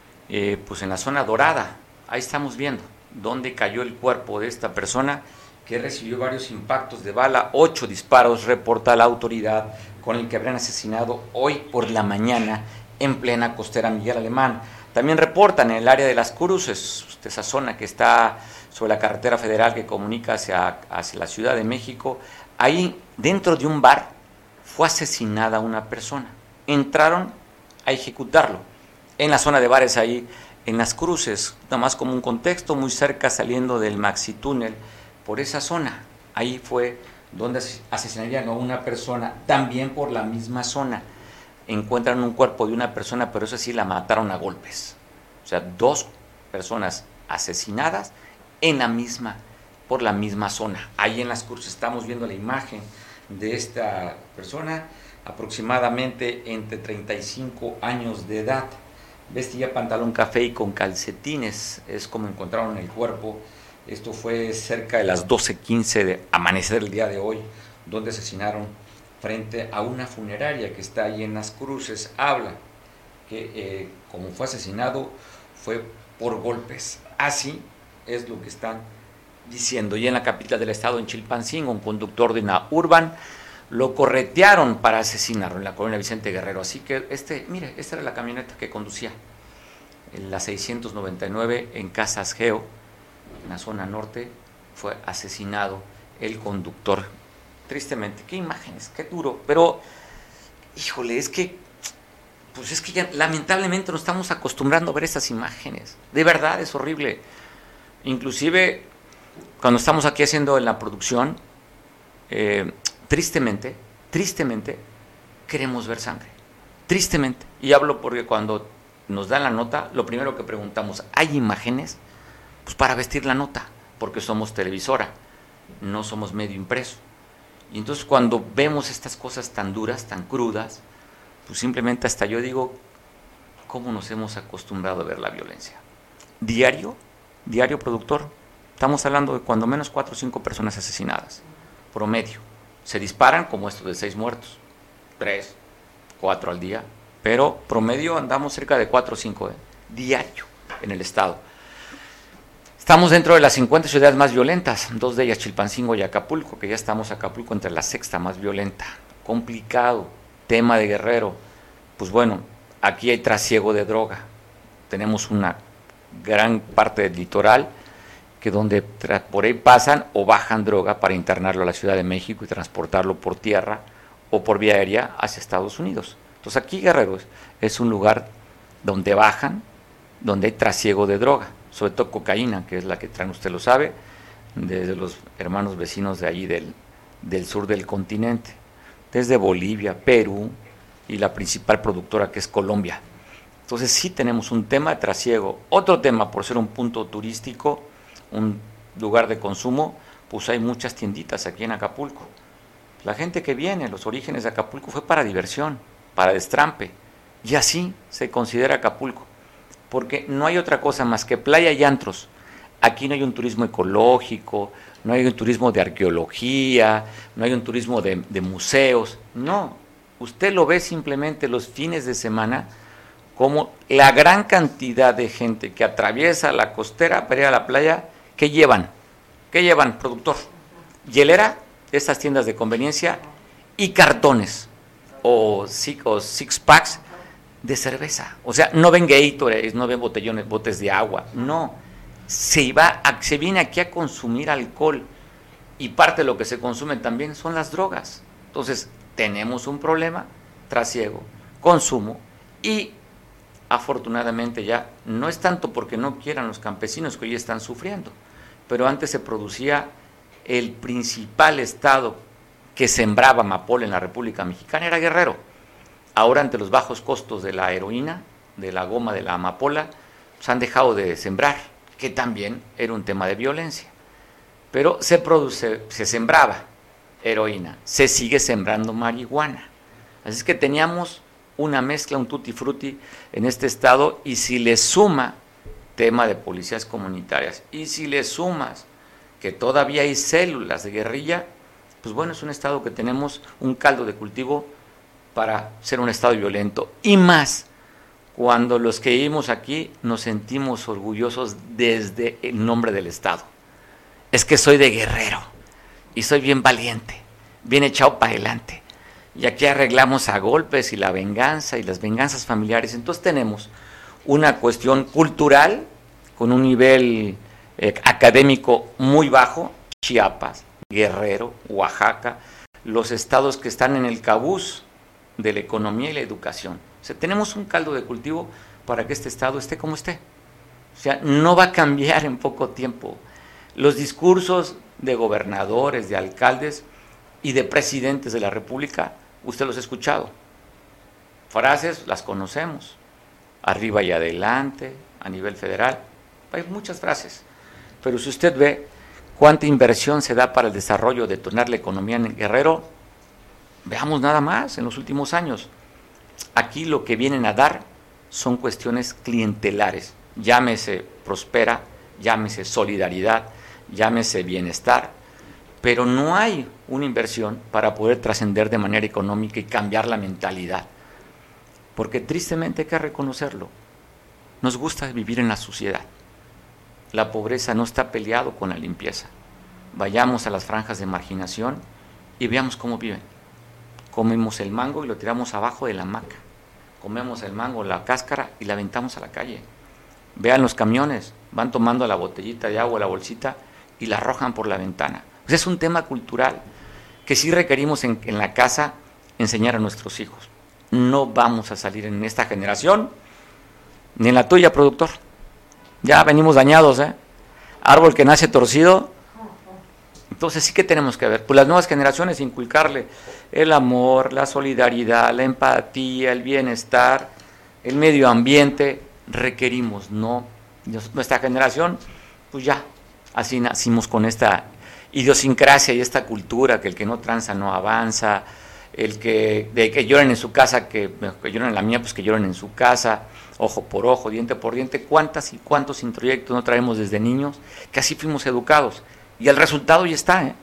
eh, pues en la zona dorada. Ahí estamos viendo dónde cayó el cuerpo de esta persona, que recibió varios impactos de bala, ocho disparos, reporta la autoridad, con el que habrían asesinado hoy por la mañana en plena costera Miguel Alemán. También reportan en el área de Las Cruces, esa zona que está sobre la carretera federal que comunica hacia, hacia la Ciudad de México, ahí dentro de un bar fue asesinada una persona. Entraron a ejecutarlo en la zona de bares ahí en Las Cruces, nada más como un contexto, muy cerca saliendo del Maxi Túnel. Por esa zona, ahí fue donde asesinarían a una persona, también por la misma zona. Encuentran un cuerpo de una persona, pero eso sí, la mataron a golpes. O sea, dos personas asesinadas en la misma, por la misma zona. Ahí en Las Cruces estamos viendo la imagen de esta persona, aproximadamente entre treinta y cinco años de edad. Vestía pantalón café y con calcetines, es como encontraron el cuerpo. Esto fue cerca de las doce quince de amanecer el día de hoy, donde asesinaron frente a una funeraria que está ahí en Las Cruces. Habla que eh, como fue asesinado fue por golpes. Así es lo que están diciendo. Y en la capital del estado, en Chilpancingo, un conductor de una Urban lo corretearon para asesinarlo en la colonia Vicente Guerrero. Así que, este, mire, esta era la camioneta que conducía, en la seiscientos noventa y nueve en Casas Geo, en la zona norte, fue asesinado el conductor. Tristemente, qué imágenes, qué duro, pero, híjole, es que, pues es que ya lamentablemente nos estamos acostumbrando a ver estas imágenes. De verdad, es horrible. Inclusive, cuando estamos aquí haciendo en la producción, eh, tristemente, tristemente, queremos ver sangre. Tristemente. Y hablo porque cuando nos dan la nota, lo primero que preguntamos, ¿hay imágenes? Pues para vestir la nota, porque somos televisora, no somos medio impreso. Y entonces cuando vemos estas cosas tan duras, tan crudas, pues simplemente hasta yo digo, ¿cómo nos hemos acostumbrado a ver la violencia? Diario, diario productor, estamos hablando de cuando menos cuatro o cinco personas asesinadas, promedio. Se disparan como estos de seis muertos, tres, cuatro al día, pero promedio andamos cerca de cuatro o cinco, ¿eh? diario en el estado. Estamos dentro de las cincuenta ciudades más violentas, dos de ellas Chilpancingo y Acapulco, que ya estamos Acapulco entre la sexta más violenta. Complicado, tema de Guerrero. Pues bueno, aquí hay trasiego de droga. Tenemos una gran parte del litoral que donde por ahí pasan o bajan droga para internarlo a la Ciudad de México y transportarlo por tierra o por vía aérea hacia Estados Unidos. Entonces aquí Guerrero es un lugar donde bajan, donde hay trasiego de droga, sobre todo cocaína, que es la que traen, usted lo sabe, desde los hermanos vecinos de allí del, del sur del continente, desde Bolivia, Perú y la principal productora que es Colombia. Entonces sí tenemos un tema de trasiego. Otro tema, por ser un punto turístico, un lugar de consumo, pues hay muchas tienditas aquí en Acapulco. La gente que viene, los orígenes de Acapulco fue para diversión, para destrampe, y así se considera Acapulco, porque no hay otra cosa más que playa y antros. Aquí no hay un turismo ecológico, no hay un turismo de arqueología, no hay un turismo de, de museos, no. Usted lo ve simplemente los fines de semana, como la gran cantidad de gente que atraviesa la costera para ir a la playa. ¿Qué llevan? ¿Qué llevan, productor? Hielera, estas tiendas de conveniencia, y cartones o six, o six packs de cerveza. O sea, no ven Gatorade, no ven botellones, botes de agua, no. Se va a, se viene aquí a consumir alcohol, y parte de lo que se consume también son las drogas. Entonces, tenemos un problema, trasiego, consumo, y afortunadamente ya no es tanto porque no quieran los campesinos, que hoy están sufriendo, pero antes se producía el principal estado que sembraba amapola en la República Mexicana, era Guerrero. Ahora, ante los bajos costos de la heroína, de la goma de la amapola, se han dejado de sembrar, que también era un tema de violencia. Pero se produce, se sembraba heroína, se sigue sembrando marihuana. Así es que teníamos una mezcla, un tutti frutti en este estado, y si le suma tema de policías comunitarias, y si le sumas que todavía hay células de guerrilla, pues bueno, es un estado que tenemos un caldo de cultivo para ser un estado violento, y más cuando los que vivimos aquí nos sentimos orgullosos desde el nombre del estado. Es que soy de Guerrero y soy bien valiente, bien echado para adelante, y aquí arreglamos a golpes y la venganza y las venganzas familiares. Entonces tenemos una cuestión cultural con un nivel eh, académico muy bajo. Chiapas, Guerrero, Oaxaca, los estados que están en el cabuz de la economía y la educación. O sea, tenemos un caldo de cultivo para que este estado esté como esté. O sea, no va a cambiar en poco tiempo. Los discursos de gobernadores, de alcaldes y de presidentes de la República, usted los ha escuchado. Frases las conocemos. Arriba y adelante, a nivel federal, hay muchas frases. Pero si usted ve cuánta inversión se da para el desarrollo, de detonar la economía en Guerrero, veamos nada más en los últimos años. Aquí lo que vienen a dar son cuestiones clientelares, llámese Prospera, llámese solidaridad, llámese bienestar, pero no hay una inversión para poder trascender de manera económica y cambiar la mentalidad. Porque tristemente hay que reconocerlo, nos gusta vivir en la suciedad. La pobreza no está peleado con la limpieza. Vayamos a las franjas de marginación y veamos cómo viven. Comemos el mango y lo tiramos abajo de la hamaca. Comemos el mango, la cáscara, y la aventamos a la calle. Vean los camiones, van tomando la botellita de agua, la bolsita, y la arrojan por la ventana. O sea, es un tema cultural que sí requerimos en, en la casa enseñar a nuestros hijos. No vamos a salir en esta generación, ni en la tuya, productor. Ya venimos dañados, ¿eh? Árbol que nace torcido. Entonces sí que tenemos que ver, pues las nuevas generaciones inculcarle el amor, la solidaridad, la empatía, el bienestar, el medio ambiente. Requerimos, no, nuestra generación, pues ya, así nacimos con esta idiosincrasia y esta cultura que el que no tranza no avanza, el que de que lloren en su casa, que, que lloren en la mía, pues que lloren en su casa, ojo por ojo, diente por diente. ¿Cuántas y cuántos introyectos no traemos desde niños que así fuimos educados? Y el resultado ya está, ¿eh?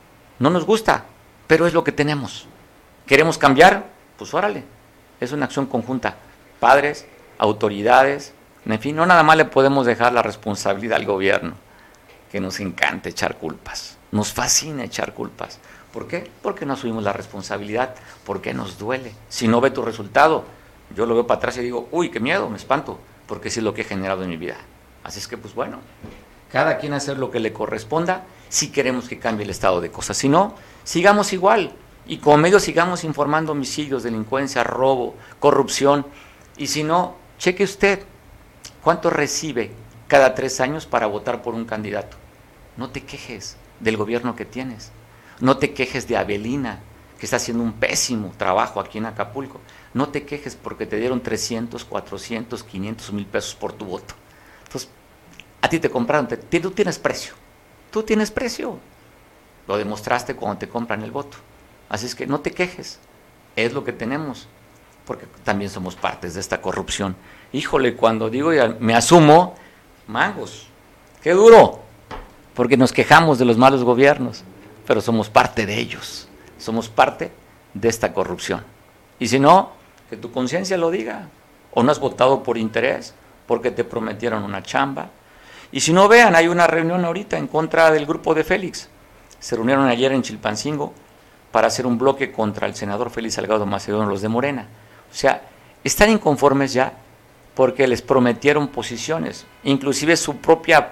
No nos gusta, pero es lo que tenemos. ¿Queremos cambiar? Pues órale, es una acción conjunta. Padres, autoridades, en fin, no nada más le podemos dejar la responsabilidad al gobierno, que nos encanta echar culpas, nos fascina echar culpas. ¿Por qué? Porque no asumimos la responsabilidad, porque nos duele. Si no ve tu resultado, yo lo veo para atrás y digo, uy, qué miedo, me espanto, porque sí es lo que he generado en mi vida. Así es que, pues bueno, cada quien hacer lo que le corresponda si queremos que cambie el estado de cosas. Si no, sigamos igual. Y como medio sigamos informando homicidios, delincuencia, robo, corrupción. Y si no, cheque usted cuánto recibe cada tres años para votar por un candidato. No te quejes del gobierno que tienes. No te quejes de Avelina, que está haciendo un pésimo trabajo aquí en Acapulco. No te quejes porque te dieron trescientos, cuatrocientos, quinientos mil pesos por tu voto. Entonces, a ti te compraron, te, tú tienes precio, tú tienes precio, lo demostraste cuando te compran el voto, así es que no te quejes, es lo que tenemos, porque también somos partes de esta corrupción. Híjole, cuando digo ya me asumo, mangos, qué duro, porque nos quejamos de los malos gobiernos, pero somos parte de ellos, somos parte de esta corrupción, y si no, que tu conciencia lo diga, o no has votado por interés, porque te prometieron una chamba. Y si no, vean, hay una reunión ahorita en contra del grupo de Félix. Se reunieron ayer en Chilpancingo para hacer un bloque contra el senador Félix Salgado Macedonio, los de Morena. O sea, están inconformes ya porque les prometieron posiciones, inclusive su propia,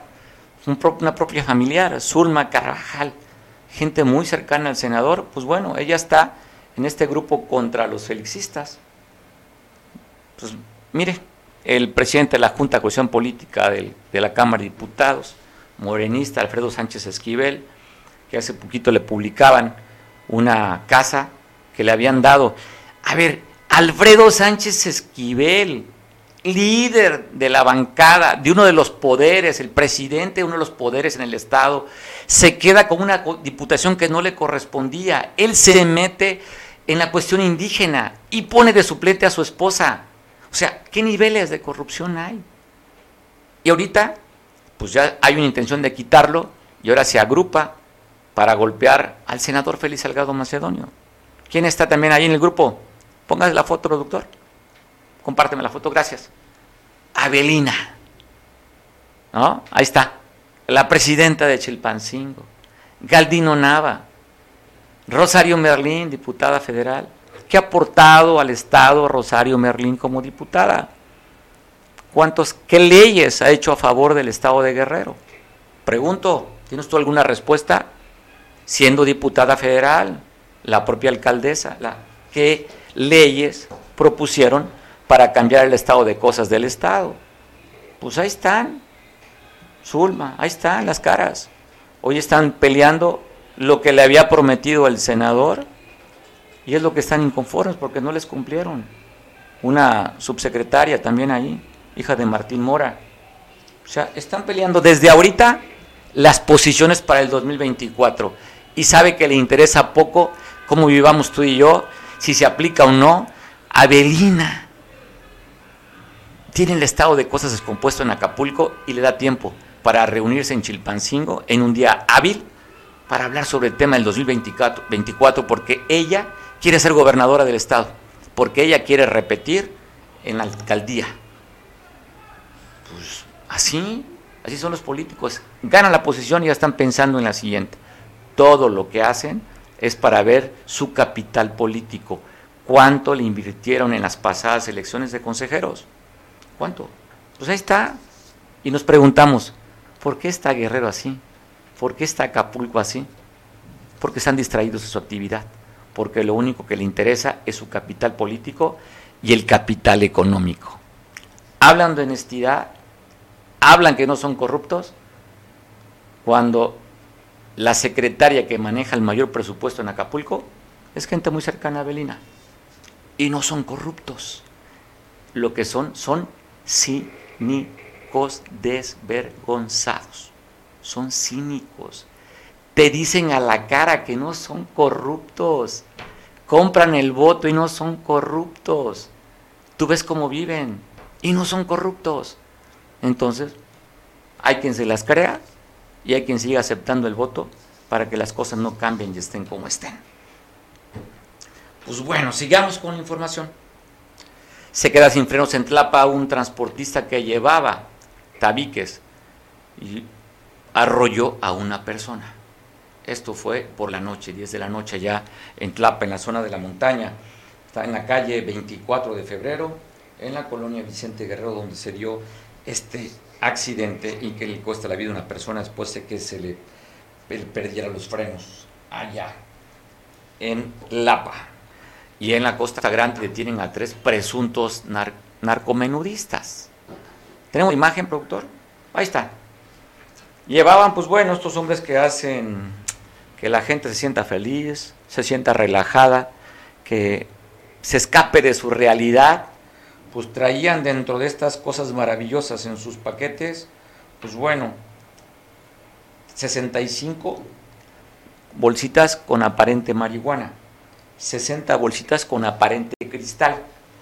una propia familiar, Zulma Carvajal, gente muy cercana al senador, pues bueno, ella está en este grupo contra los felixistas. Pues mire, el presidente de la Junta de Coordinación Política del, de la Cámara de Diputados, morenista Alfredo Sánchez Esquivel, que hace poquito le publicaban una casa que le habían dado. A ver, Alfredo Sánchez Esquivel, líder de la bancada, de uno de los poderes, el presidente de uno de los poderes en el Estado, se queda con una diputación que no le correspondía. Él se mete en la cuestión indígena y pone de suplente a su esposa. O sea, ¿qué niveles de corrupción hay? Y ahorita, pues ya hay una intención de quitarlo y ahora se agrupa para golpear al senador Félix Salgado Macedonio. ¿Quién está también ahí en el grupo? Póngase la foto, productor. Compárteme la foto, gracias. Avelina, ¿no? Ahí está, la presidenta de Chilpancingo, Galdino Nava, Rosario Merlín, diputada federal. ¿Qué ha aportado al Estado Rosario Merlín como diputada? ¿Cuántos, qué leyes ha hecho a favor del Estado de Guerrero? Pregunto, ¿tienes tú alguna respuesta? Siendo diputada federal, la propia alcaldesa, la, ¿qué leyes propusieron para cambiar el estado de cosas del Estado? Pues ahí están, Zulma, ahí están las caras. Hoy están peleando lo que le había prometido el senador y es lo que están inconformes porque no les cumplieron. Una subsecretaria también ahí, hija de Martín Mora. O sea, están peleando desde ahorita las posiciones para el dos mil veinticuatro y sabe que le interesa poco cómo vivamos tú y yo, si se aplica o no. Avelina tiene el estado de cosas descompuesto en Acapulco y le da tiempo para reunirse en Chilpancingo en un día hábil para hablar sobre el tema del dos mil veinticuatro, porque ella quiere ser gobernadora del estado, porque ella quiere repetir en la alcaldía. Pues así, así son los políticos. Ganan la posición y ya están pensando en la siguiente. Todo lo que hacen es para ver su capital político. ¿Cuánto le invirtieron en las pasadas elecciones de consejeros? ¿Cuánto? Pues ahí está. Y nos preguntamos, ¿por qué está Guerrero así? ¿Por qué está Acapulco así? Porque están distraídos de su actividad, porque lo único que le interesa es su capital político y el capital económico. Hablan de honestidad, hablan que no son corruptos, cuando la secretaria que maneja el mayor presupuesto en Acapulco es gente muy cercana a Avelina, y no son corruptos. Lo que son, son cínicos desvergonzados, son cínicos. Te dicen a la cara que no son corruptos, compran el voto y no son corruptos. Tú ves cómo viven y no son corruptos. Entonces, hay quien se las crea y hay quien sigue aceptando el voto para que las cosas no cambien y estén como estén. Pues bueno, sigamos con la información. Se queda sin frenos en Tlapa un transportista que llevaba tabiques y arrolló a una persona. Esto fue por la noche, diez de la noche ya en Tlapa, en la zona de la montaña. Está en la calle veinticuatro de febrero, en la colonia Vicente Guerrero, donde se dio este accidente y que le cuesta la vida a una persona después de que se le perdiera los frenos allá en Tlapa. Y en la Costa Grande detienen a tres presuntos nar- narcomenudistas. ¿Tenemos imagen, productor? Ahí está. Llevaban, pues bueno, estos hombres que hacen que la gente se sienta feliz, se sienta relajada, que se escape de su realidad, pues traían dentro de estas cosas maravillosas en sus paquetes, pues bueno, sesenta y cinco bolsitas con aparente marihuana, sesenta bolsitas con aparente cristal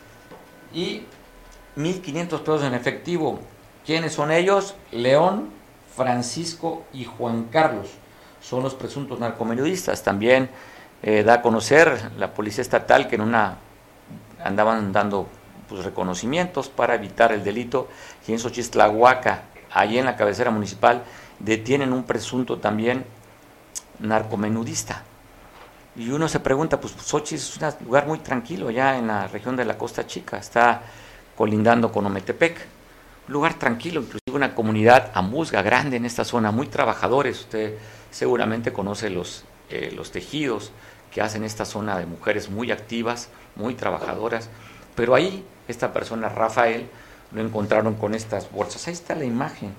y mil quinientos pesos en efectivo. ¿Quiénes son ellos? León, Francisco y Juan Carlos son los presuntos narcomenudistas. También eh, da a conocer la Policía Estatal que en una andaban dando pues, reconocimientos para evitar el delito, y en Xochitlahuaca, allí en la cabecera municipal, detienen un presunto también narcomenudista. Y uno se pregunta, pues Xochitl es un lugar muy tranquilo, ya en la región de la Costa Chica, está colindando con Ometepec, un lugar tranquilo, inclusive una comunidad amuzga grande en esta zona, muy trabajadores. Usted seguramente conoce los, eh, los tejidos que hacen esta zona de mujeres muy activas, muy trabajadoras, pero ahí esta persona, Rafael, lo encontraron con estas bolsas. Ahí está la imagen,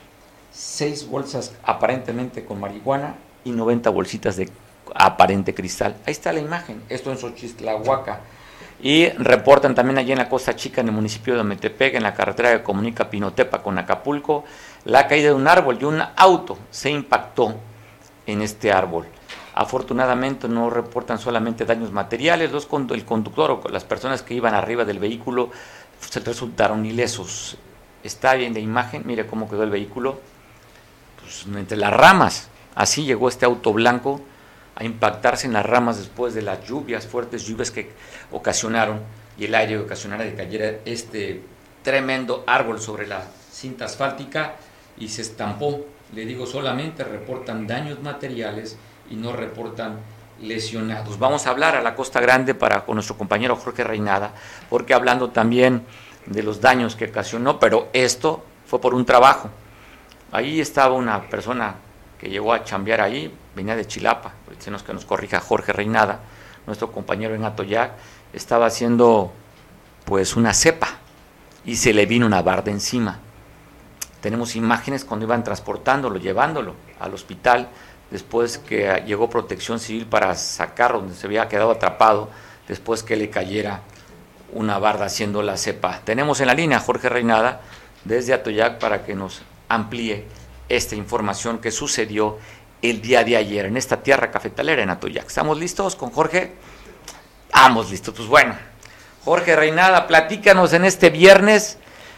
seis bolsas aparentemente con marihuana y noventa bolsitas de aparente cristal. Ahí está la imagen, esto en Xochitlahuaca. Y reportan también allí en la Costa Chica, en el municipio de Ometepec, en la carretera que comunica Pinotepa con Acapulco, la caída de un árbol y un auto se impactó en este árbol. Afortunadamente no reportan solamente daños materiales, los, el conductor o las personas que iban arriba del vehículo se resultaron ilesos. Está bien la imagen, mire cómo quedó el vehículo, pues, entre las ramas. Así llegó este auto blanco a impactarse en las ramas después de las lluvias, fuertes lluvias que ocasionaron, y el aire que ocasionara que cayera este tremendo árbol sobre la cinta asfáltica y se estampó. Le digo, solamente reportan daños materiales y no reportan lesionados. Vamos a hablar a la Costa Grande para con nuestro compañero Jorge Reinada, porque hablando también de los daños que ocasionó, pero esto fue por un trabajo. Ahí estaba una persona que llegó a chambear ahí, venía de Chilapa, decimos que nos corrija Jorge Reinada, nuestro compañero en Atoyac, estaba haciendo pues una cepa y se le vino una barda encima. Tenemos imágenes cuando iban transportándolo, llevándolo al hospital, después que llegó Protección Civil para sacarlo, donde se había quedado atrapado, después que le cayera una barda haciendo la cepa. Tenemos en la línea a Jorge Reinada desde Atoyac para que nos amplíe esta información que sucedió el día de ayer en esta tierra cafetalera en Atoyac. ¿Estamos listos con Jorge? Estamos listos. Pues bueno, Jorge Reinada, platícanos en este viernes,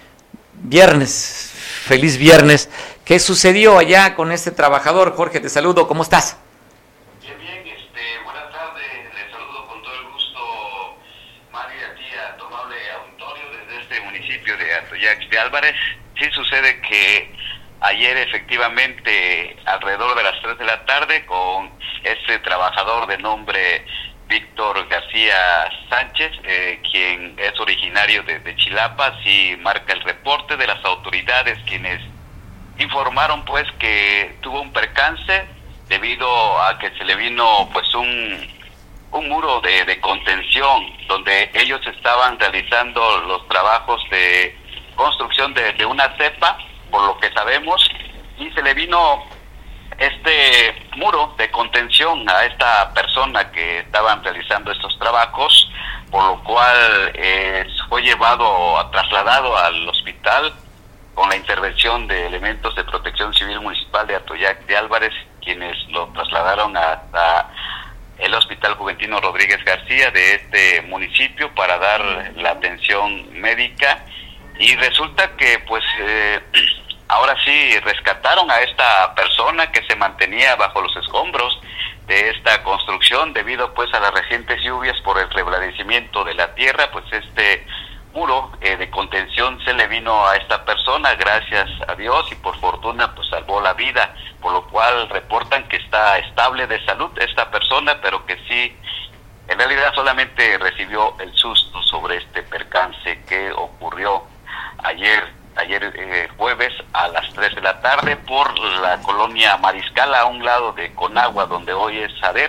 viernes, feliz viernes, ¿qué sucedió allá con este trabajador? Jorge, te saludo, ¿cómo estás? Bien, bien, este, buenas tardes, les saludo con todo el gusto, Mario, y a ti, a tu amable auditorio desde este municipio de Atoyac de Álvarez. Sí sucede que ayer efectivamente alrededor de las tres de la tarde con este trabajador de nombre Víctor García Sánchez, eh, quien es originario de, de Chilapa, sí marca el reporte de las autoridades quienes informaron pues que tuvo un percance debido a que se le vino pues un, un muro de, de contención donde ellos estaban realizando los trabajos de construcción de, de una cepa, por lo que sabemos, y se le vino este muro de contención a esta persona que estaban realizando estos trabajos, por lo cual eh, fue llevado, trasladado al hospital con la intervención de elementos de Protección Civil Municipal de Atoyac de Álvarez, quienes lo trasladaron hasta el Hospital Juventino Rodríguez García de este municipio para dar la atención médica. Y resulta que pues eh, ahora sí rescataron a esta persona que se mantenía bajo los escombros de esta construcción debido pues a las recientes lluvias por el reblandecimiento de la tierra. Pues este muro eh, de contención se le vino a esta persona, gracias a Dios, y por fortuna pues salvó la vida, por lo cual reportan que está estable de salud esta persona, pero que sí, en realidad solamente recibió el susto sobre este percance que ocurrió ayer, ayer eh, jueves a las tres de la tarde por la colonia Mariscal, a un lado de Conagua, donde hoy es Sader.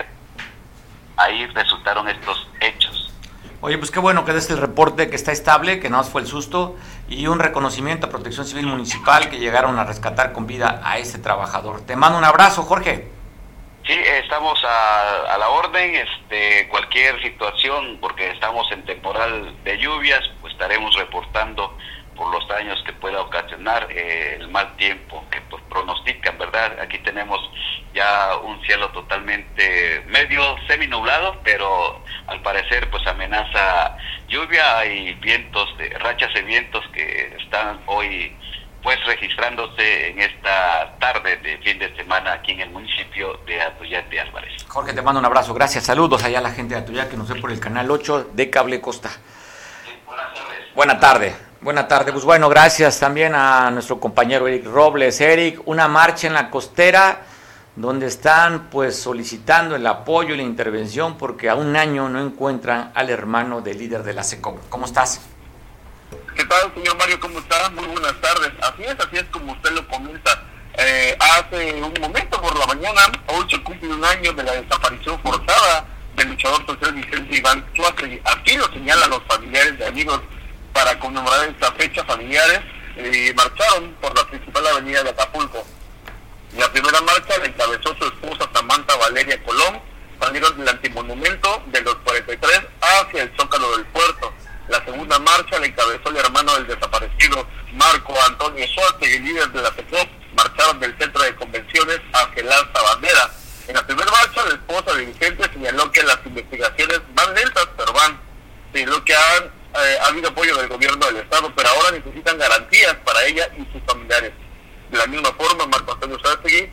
Ahí resultaron estos hechos. Oye, pues qué bueno que des el reporte, que está estable, que no fue el susto, y un reconocimiento a Protección Civil Municipal que llegaron a rescatar con vida a este trabajador. Te mando un abrazo, Jorge. Sí, estamos a, a la orden, este, cualquier situación, porque estamos en temporal de lluvias, pues estaremos reportando por los daños que pueda ocasionar eh, el mal tiempo que pues pronostican, ¿verdad? Aquí tenemos ya un cielo totalmente medio seminublado, pero al parecer pues amenaza lluvia y vientos, de, rachas de vientos que están hoy pues registrándose en esta tarde de fin de semana aquí en el municipio de Atoyac de Álvarez. Jorge, te mando un abrazo, gracias, saludos allá a la gente de Atoyac que nos ve por el canal ocho de Cable Costa. Sí, buenas tardes. Buena tarde. Buena tarde, pues bueno, gracias también a nuestro compañero Eric Robles. Eric, una marcha en la costera donde están pues solicitando el apoyo y la intervención porque a un año no encuentran al hermano del líder de la SECOM. ¿Cómo estás? ¿Qué tal, señor Mario? ¿Cómo está? Muy buenas tardes. Así es, así es como usted lo comenta. Eh, hace un momento por la mañana, hoy se cumple un año de la desaparición forzada del luchador social Vicente Iván Zuástegui. Así lo señalan los familiares de amigos. Para conmemorar esta fecha, familiares eh, marcharon por la principal avenida de Acapulco. La primera marcha la encabezó su esposa Samantha Valeria Colón. Salieron del antimonumento de los cuarenta y tres hacia el Zócalo del Puerto. La segunda marcha la encabezó el hermano del desaparecido Marco Antonio Zuástegui, líder de la SECOM. Marcharon del centro de convenciones hacia el Alta Bandera. En la primera marcha, la esposa de Vicente señaló que las investigaciones van lentas, pero van. Señaló que han Eh, ha habido apoyo del gobierno del estado, pero ahora necesitan garantías para ella y sus familiares. De la misma forma, Marco Antonio Zuástegui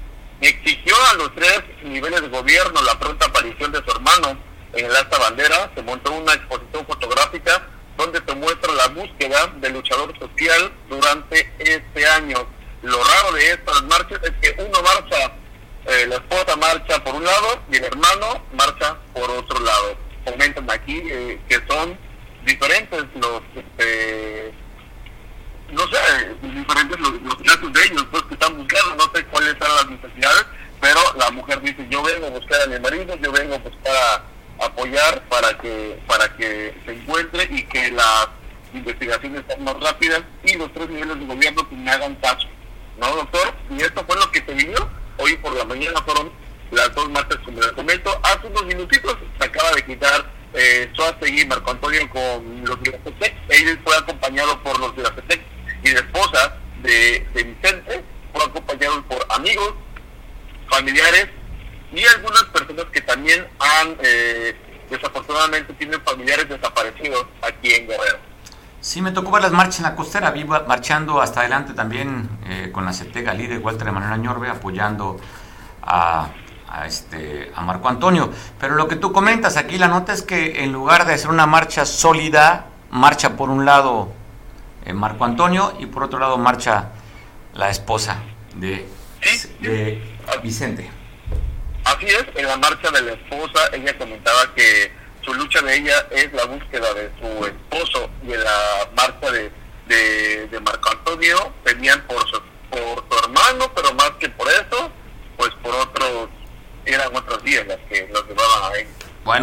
exigió a los tres niveles de gobierno la pronta aparición de su hermano en el Alta Bandera. Se montó una exposición fotográfica donde se muestra la búsqueda del luchador social durante este año. Lo raro de estas marchas es que uno marcha, eh, la esposa marcha por un lado y el hermano marcha por otro lado. Comentan aquí eh, que son diferentes los este, no sé, diferentes los, los casos de ellos pues que están buscando, no sé cuáles son las necesidades, pero la mujer dice: yo vengo a buscar a mi marido, yo vengo a buscar a apoyar para que para que se encuentre y que las investigaciones sean más rápidas y los tres niveles de gobierno que me hagan caso, ¿no, doctor? Y esto fue lo que se vivió hoy por la mañana. Fueron las dos marchas, como les comento. Hace unos minutitos se acaba de quitar Eh, Zuástegui, Marco Antonio, con los de la CETEC. Él fue acompañado por los de la CETEC y la esposa de, de Vicente fue acompañado por amigos, familiares y algunas personas que también han eh, desafortunadamente tienen familiares desaparecidos aquí en Guerrero. Sí, me tocó ver las marchas en la costera, vi marchando hasta adelante también eh, con la CETEC, al líder Walter Emanuel Añorbe, apoyando a A, este, a Marco Antonio. Pero lo que tú comentas aquí, la nota es que en lugar de hacer una marcha sólida, marcha por un lado eh, Marco Antonio y por otro lado marcha la esposa de, de Vicente. Así es, en la marcha de la esposa ella comentaba que su lucha de ella es la búsqueda de su esposo, y en la marcha de, de, de Marco Antonio pedían por su, por su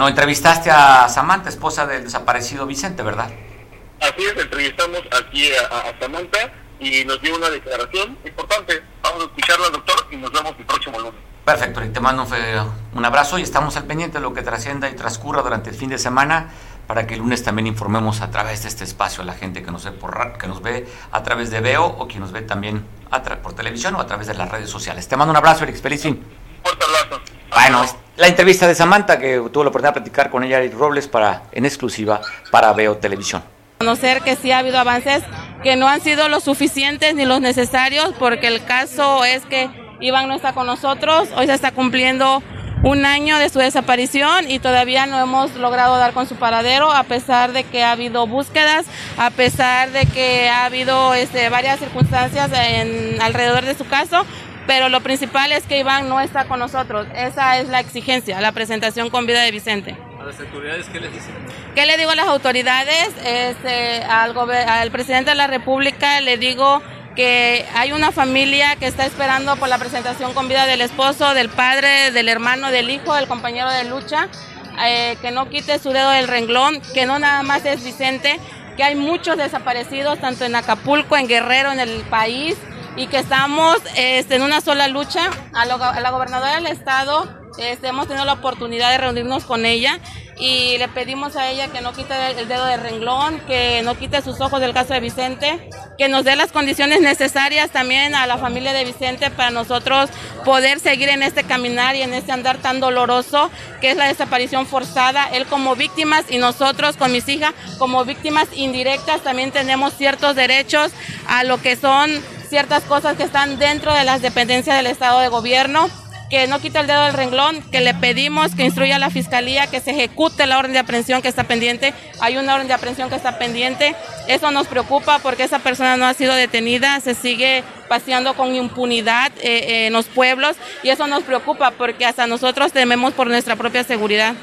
Bueno, entrevistaste a Samantha, esposa del desaparecido Vicente, ¿verdad? Así es, entrevistamos aquí a, a Samantha y nos dio una declaración importante. Vamos a escucharla, doctor, y nos vemos el próximo lunes. Perfecto, te mando un, un abrazo y estamos al pendiente de lo que trascienda y transcurra durante el fin de semana para que el lunes también informemos a través de este espacio a la gente que nos ve, por, que nos ve a través de Veo o quien nos ve también a tra- por televisión o a través de las redes sociales. Te mando un abrazo, Eric, feliz fin. Fuerte abrazo. Bueno, la entrevista de Samantha que tuvo la oportunidad de platicar con ella, Eric Robles, para en exclusiva para Veo Televisión. Conocer que sí ha habido avances que no han sido los suficientes ni los necesarios, porque el caso es que Iván no está con nosotros. Hoy se está cumpliendo un año de su desaparición y todavía no hemos logrado dar con su paradero, a pesar de que ha habido búsquedas, a pesar de que ha habido este, varias circunstancias en, alrededor de su caso. Pero lo principal es que Iván no está con nosotros. Esa es la exigencia, la presentación con vida de Vicente. ¿A las autoridades qué les dicen? ¿Qué le digo a las autoridades? Este, al, gober- al presidente de la República le digo que hay una familia que está esperando por la presentación con vida del esposo, del padre, del hermano, del hijo, del compañero de lucha, eh, que no quite su dedo del renglón, que no nada más es Vicente, que hay muchos desaparecidos, tanto en Acapulco, en Guerrero, en el país, y que estamos este, en una sola lucha. A, lo, a la gobernadora del estado este, hemos tenido la oportunidad de reunirnos con ella y le pedimos a ella que no quite el dedo de renglón, que no quite sus ojos del caso de Vicente, que nos dé las condiciones necesarias también a la familia de Vicente para nosotros poder seguir en este caminar y en este andar tan doloroso que es la desaparición forzada. Él como víctimas y nosotros con mis hijas como víctimas indirectas también tenemos ciertos derechos a lo que son ciertas cosas que están dentro de las dependencias del Estado de Gobierno, que no quite el dedo del renglón, que le pedimos que instruya a la Fiscalía que se ejecute la orden de aprehensión que está pendiente. Hay una orden de aprehensión que está pendiente. Eso nos preocupa porque esa persona no ha sido detenida, se sigue paseando con impunidad eh, eh, en los pueblos y eso nos preocupa porque hasta nosotros tememos por nuestra propia seguridad.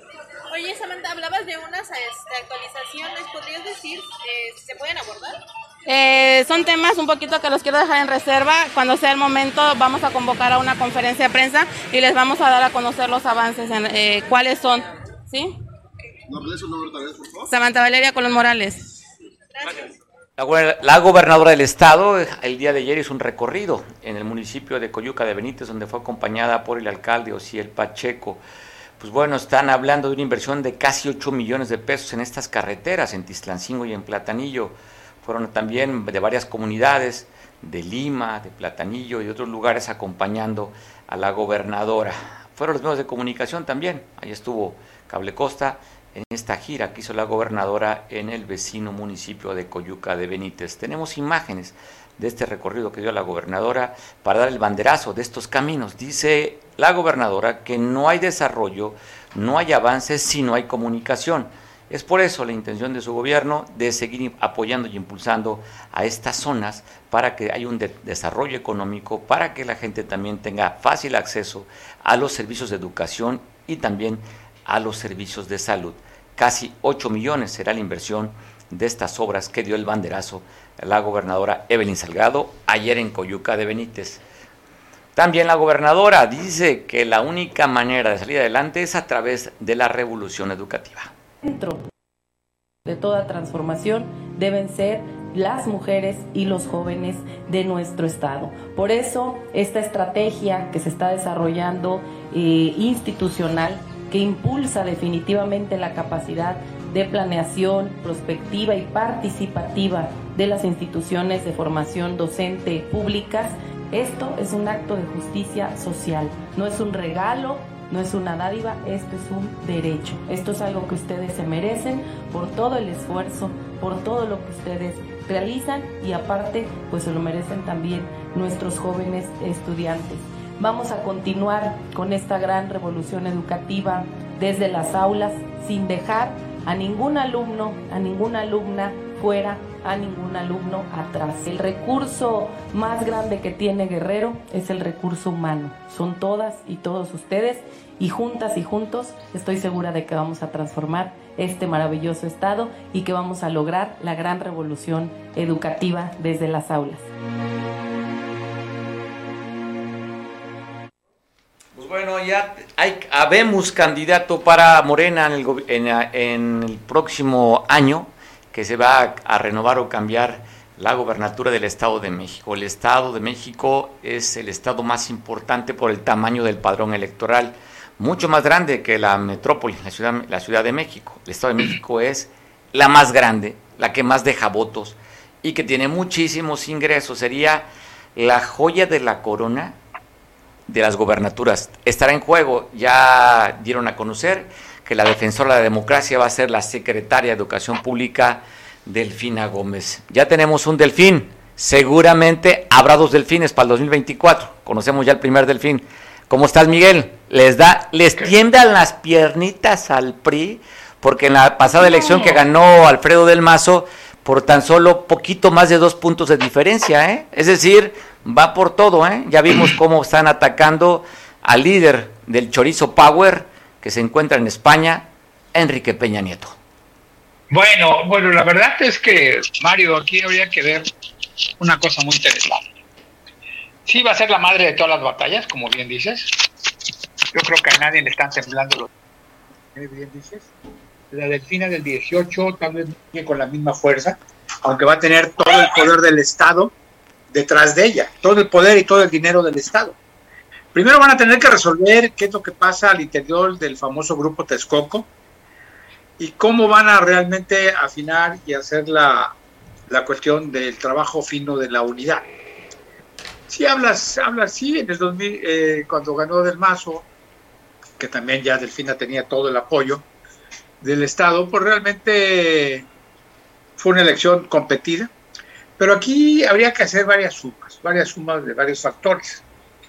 Oye, Samantha, hablabas de unas este, actualizaciones, ¿podrías decir eh, si se pueden abordar? Eh, son temas un poquito que los quiero dejar en reserva. Cuando sea el momento vamos a convocar a una conferencia de prensa y les vamos a dar a conocer los avances, en, eh, cuáles son, ¿sí? Samantha Valeria Colón Morales. La, la gobernadora del estado el día de ayer hizo un recorrido en el municipio de Coyuca de Benítez, donde fue acompañada por el alcalde Osiel Pacheco. Pues bueno, están hablando de una inversión de casi ocho millones de pesos en estas carreteras, en Tiztlancingo y en Platanillo. Fueron también de varias comunidades, de Lima, de Platanillo y de otros lugares acompañando a la gobernadora. Fueron los medios de comunicación también, ahí estuvo Cable Costa en esta gira que hizo la gobernadora en el vecino municipio de Coyuca de Benítez. Tenemos imágenes de este recorrido que dio la gobernadora para dar el banderazo de estos caminos. Dice la gobernadora que no hay desarrollo, no hay avances si no hay comunicación. Es por eso la intención de su gobierno de seguir apoyando y impulsando a estas zonas para que haya un de- desarrollo económico, para que la gente también tenga fácil acceso a los servicios de educación y también a los servicios de salud. Casi ocho millones será la inversión de estas obras que dio el banderazo la gobernadora Evelyn Salgado ayer en Coyuca de Benítez. También la gobernadora dice que la única manera de salir adelante es a través de la revolución educativa. Dentro de toda transformación deben ser las mujeres y los jóvenes de nuestro estado. Por eso esta estrategia que se está desarrollando eh, institucional, que impulsa definitivamente la capacidad de planeación, prospectiva y participativa de las instituciones de formación docente públicas, esto es un acto de justicia social, no es un regalo, no es una dádiva, esto es un derecho. Esto es algo que ustedes se merecen por todo el esfuerzo, por todo lo que ustedes realizan y aparte pues se lo merecen también nuestros jóvenes estudiantes. Vamos a continuar con esta gran revolución educativa desde las aulas sin dejar a ningún alumno, a ninguna alumna fuera, a ningún alumno atrás. El recurso más grande que tiene Guerrero es el recurso humano. Son todas y todos ustedes y juntas y juntos estoy segura de que vamos a transformar este maravilloso estado y que vamos a lograr la gran revolución educativa desde las aulas. Bueno, ya hay, habemos candidato para Morena en el, en, en el próximo año, que se va a, a renovar o cambiar la gobernatura del Estado de México. El Estado de México es el estado más importante por el tamaño del padrón electoral, mucho más grande que la metrópoli, la ciudad, la Ciudad de México. El Estado de México es la más grande, la que más deja votos y que tiene muchísimos ingresos. Sería la joya de la corona de las gobernaturas. Estará en juego, ya dieron a conocer que la defensora de la democracia va a ser la secretaria de Educación Pública, Delfina Gómez. Ya tenemos un delfín, seguramente habrá dos delfines para el dos mil veinticuatro, conocemos ya el primer delfín. ¿Cómo estás, Miguel? Les da, les tiemblan las piernitas al P R I, porque en la pasada elección que ganó Alfredo del Mazo, por tan solo poquito más de dos puntos de diferencia, ¿eh? Es decir, va por todo, ¿eh? Ya vimos cómo están atacando al líder del Chorizo Power, que se encuentra en España, Enrique Peña Nieto. Bueno, bueno, la verdad es que, Mario, aquí habría que ver una cosa muy interesante. Sí va a ser la madre de todas las batallas, como bien dices. Yo creo que a nadie le están temblando los... Bien dices. La Delfina del dieciocho tal vez no llegue con la misma fuerza, aunque va a tener todo el poder del Estado detrás de ella, todo el poder y todo el dinero del Estado. Primero van a tener que resolver qué es lo que pasa al interior del famoso grupo Texcoco y cómo van a realmente afinar y hacer la, la cuestión del trabajo fino de la unidad. Si hablas, hablas sí, en el dos mil, eh, cuando ganó Del Mazo, que también ya Delfina tenía todo el apoyo del Estado, pues realmente fue una elección competida, pero aquí habría que hacer varias sumas, varias sumas de varios factores.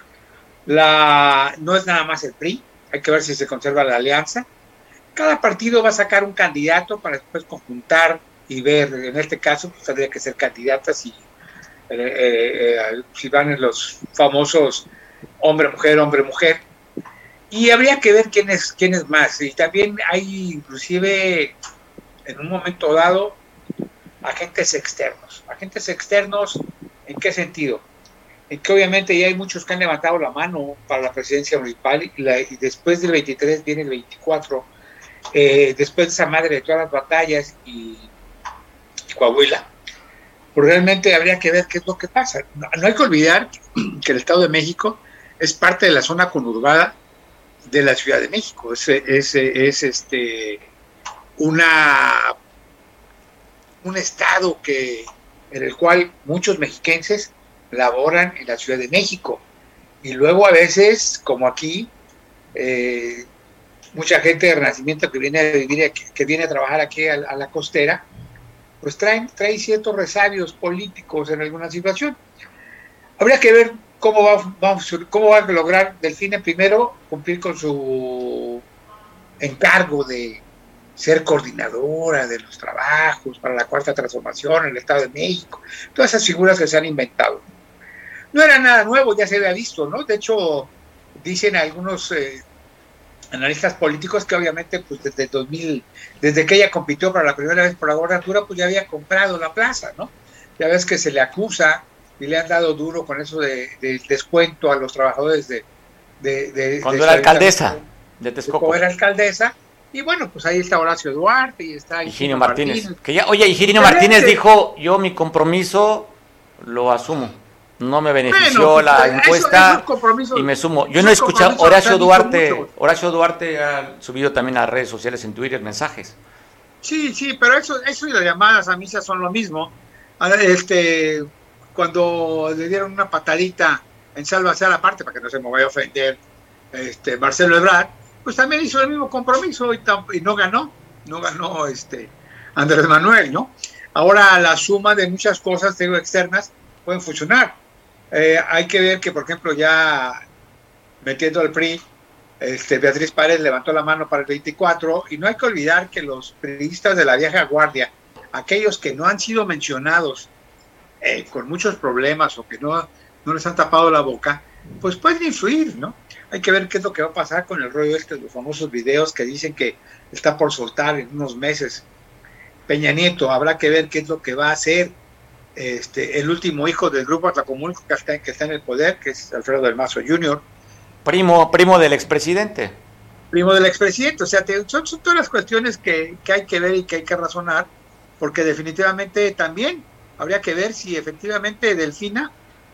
La, no es nada más el P R I, hay que ver si se conserva la alianza. Cada partido va a sacar un candidato para después conjuntar y ver, en este caso, pues tendría que ser candidatas y eh, eh, si van en los famosos hombre-mujer, hombre-mujer. Y habría que ver quién es, quién es más. Y también hay, inclusive, en un momento dado, agentes externos. Agentes externos, ¿en qué sentido? En que obviamente ya hay muchos que han levantado la mano para la presidencia municipal y, la, y después del veintitrés viene el veinticuatro. Eh, después de esa madre de todas las batallas y, y Coahuila, pues realmente habría que ver qué es lo que pasa. No, no hay que olvidar que el Estado de México es parte de la zona conurbada de la Ciudad de México. Es, es, es este una un estado que en el cual muchos mexiquenses laboran en la Ciudad de México y luego a veces, como aquí, eh, mucha gente de Renacimiento que viene a vivir, que, que viene a trabajar aquí a, a la costera, pues traen, traen ciertos resabios políticos en alguna situación. Habría que ver cómo va, vamos, cómo va a lograr Delfina primero cumplir con su encargo de ser coordinadora de los trabajos para la Cuarta Transformación en el Estado de México, todas esas figuras que se han inventado. No era nada nuevo, ya se había visto, ¿no? De hecho, dicen algunos eh, analistas políticos que obviamente pues desde el dos mil, desde que ella compitió para la primera vez por la gobernatura, pues ya había comprado la plaza, ¿no? Ya ves que se le acusa y le han dado duro con eso de, de descuento a los trabajadores de... de, de Cuando de era alcaldesa de Texcoco. Cuando era alcaldesa, y bueno, pues ahí está Horacio Duarte y está Higinio Martínez. Martínez. Que ya, oye, Higinio Martínez dijo, yo mi compromiso lo asumo. No me benefició bueno, la encuesta eso, y me sumo. Yo no he escuchado, Horacio Duarte, Horacio Duarte ha subido también a redes sociales en Twitter mensajes. Sí, sí, pero eso, eso y las llamadas a misa son lo mismo. Este, cuando le dieron una patadita en Sálvase a la parte, para que no se me vaya a ofender, este, Marcelo Ebrard, pues también hizo el mismo compromiso y, y no ganó, no ganó este Andrés Manuel, ¿no? Ahora la suma de muchas cosas, digo, externas, pueden funcionar. Eh, hay que ver que, por ejemplo, ya metiendo al P R I, este, Beatriz Paredes levantó la mano para el veinticuatro, y no hay que olvidar que los priistas de la vieja guardia, aquellos que no han sido mencionados eh, con muchos problemas o que no, no les han tapado la boca, pues pueden influir, ¿no? Hay que ver qué es lo que va a pasar con el rollo este de los famosos videos que dicen que está por soltar en unos meses Peña Nieto. Habrá que ver qué es lo que va a hacer este, el último hijo del grupo Atlacomulco que está, que está en el poder, que es Alfredo del Mazo junior, Primo, primo del expresidente. Primo del expresidente, o sea, te, son, son todas las cuestiones que, que hay que ver y que hay que razonar, porque definitivamente también habría que ver si efectivamente Delfina,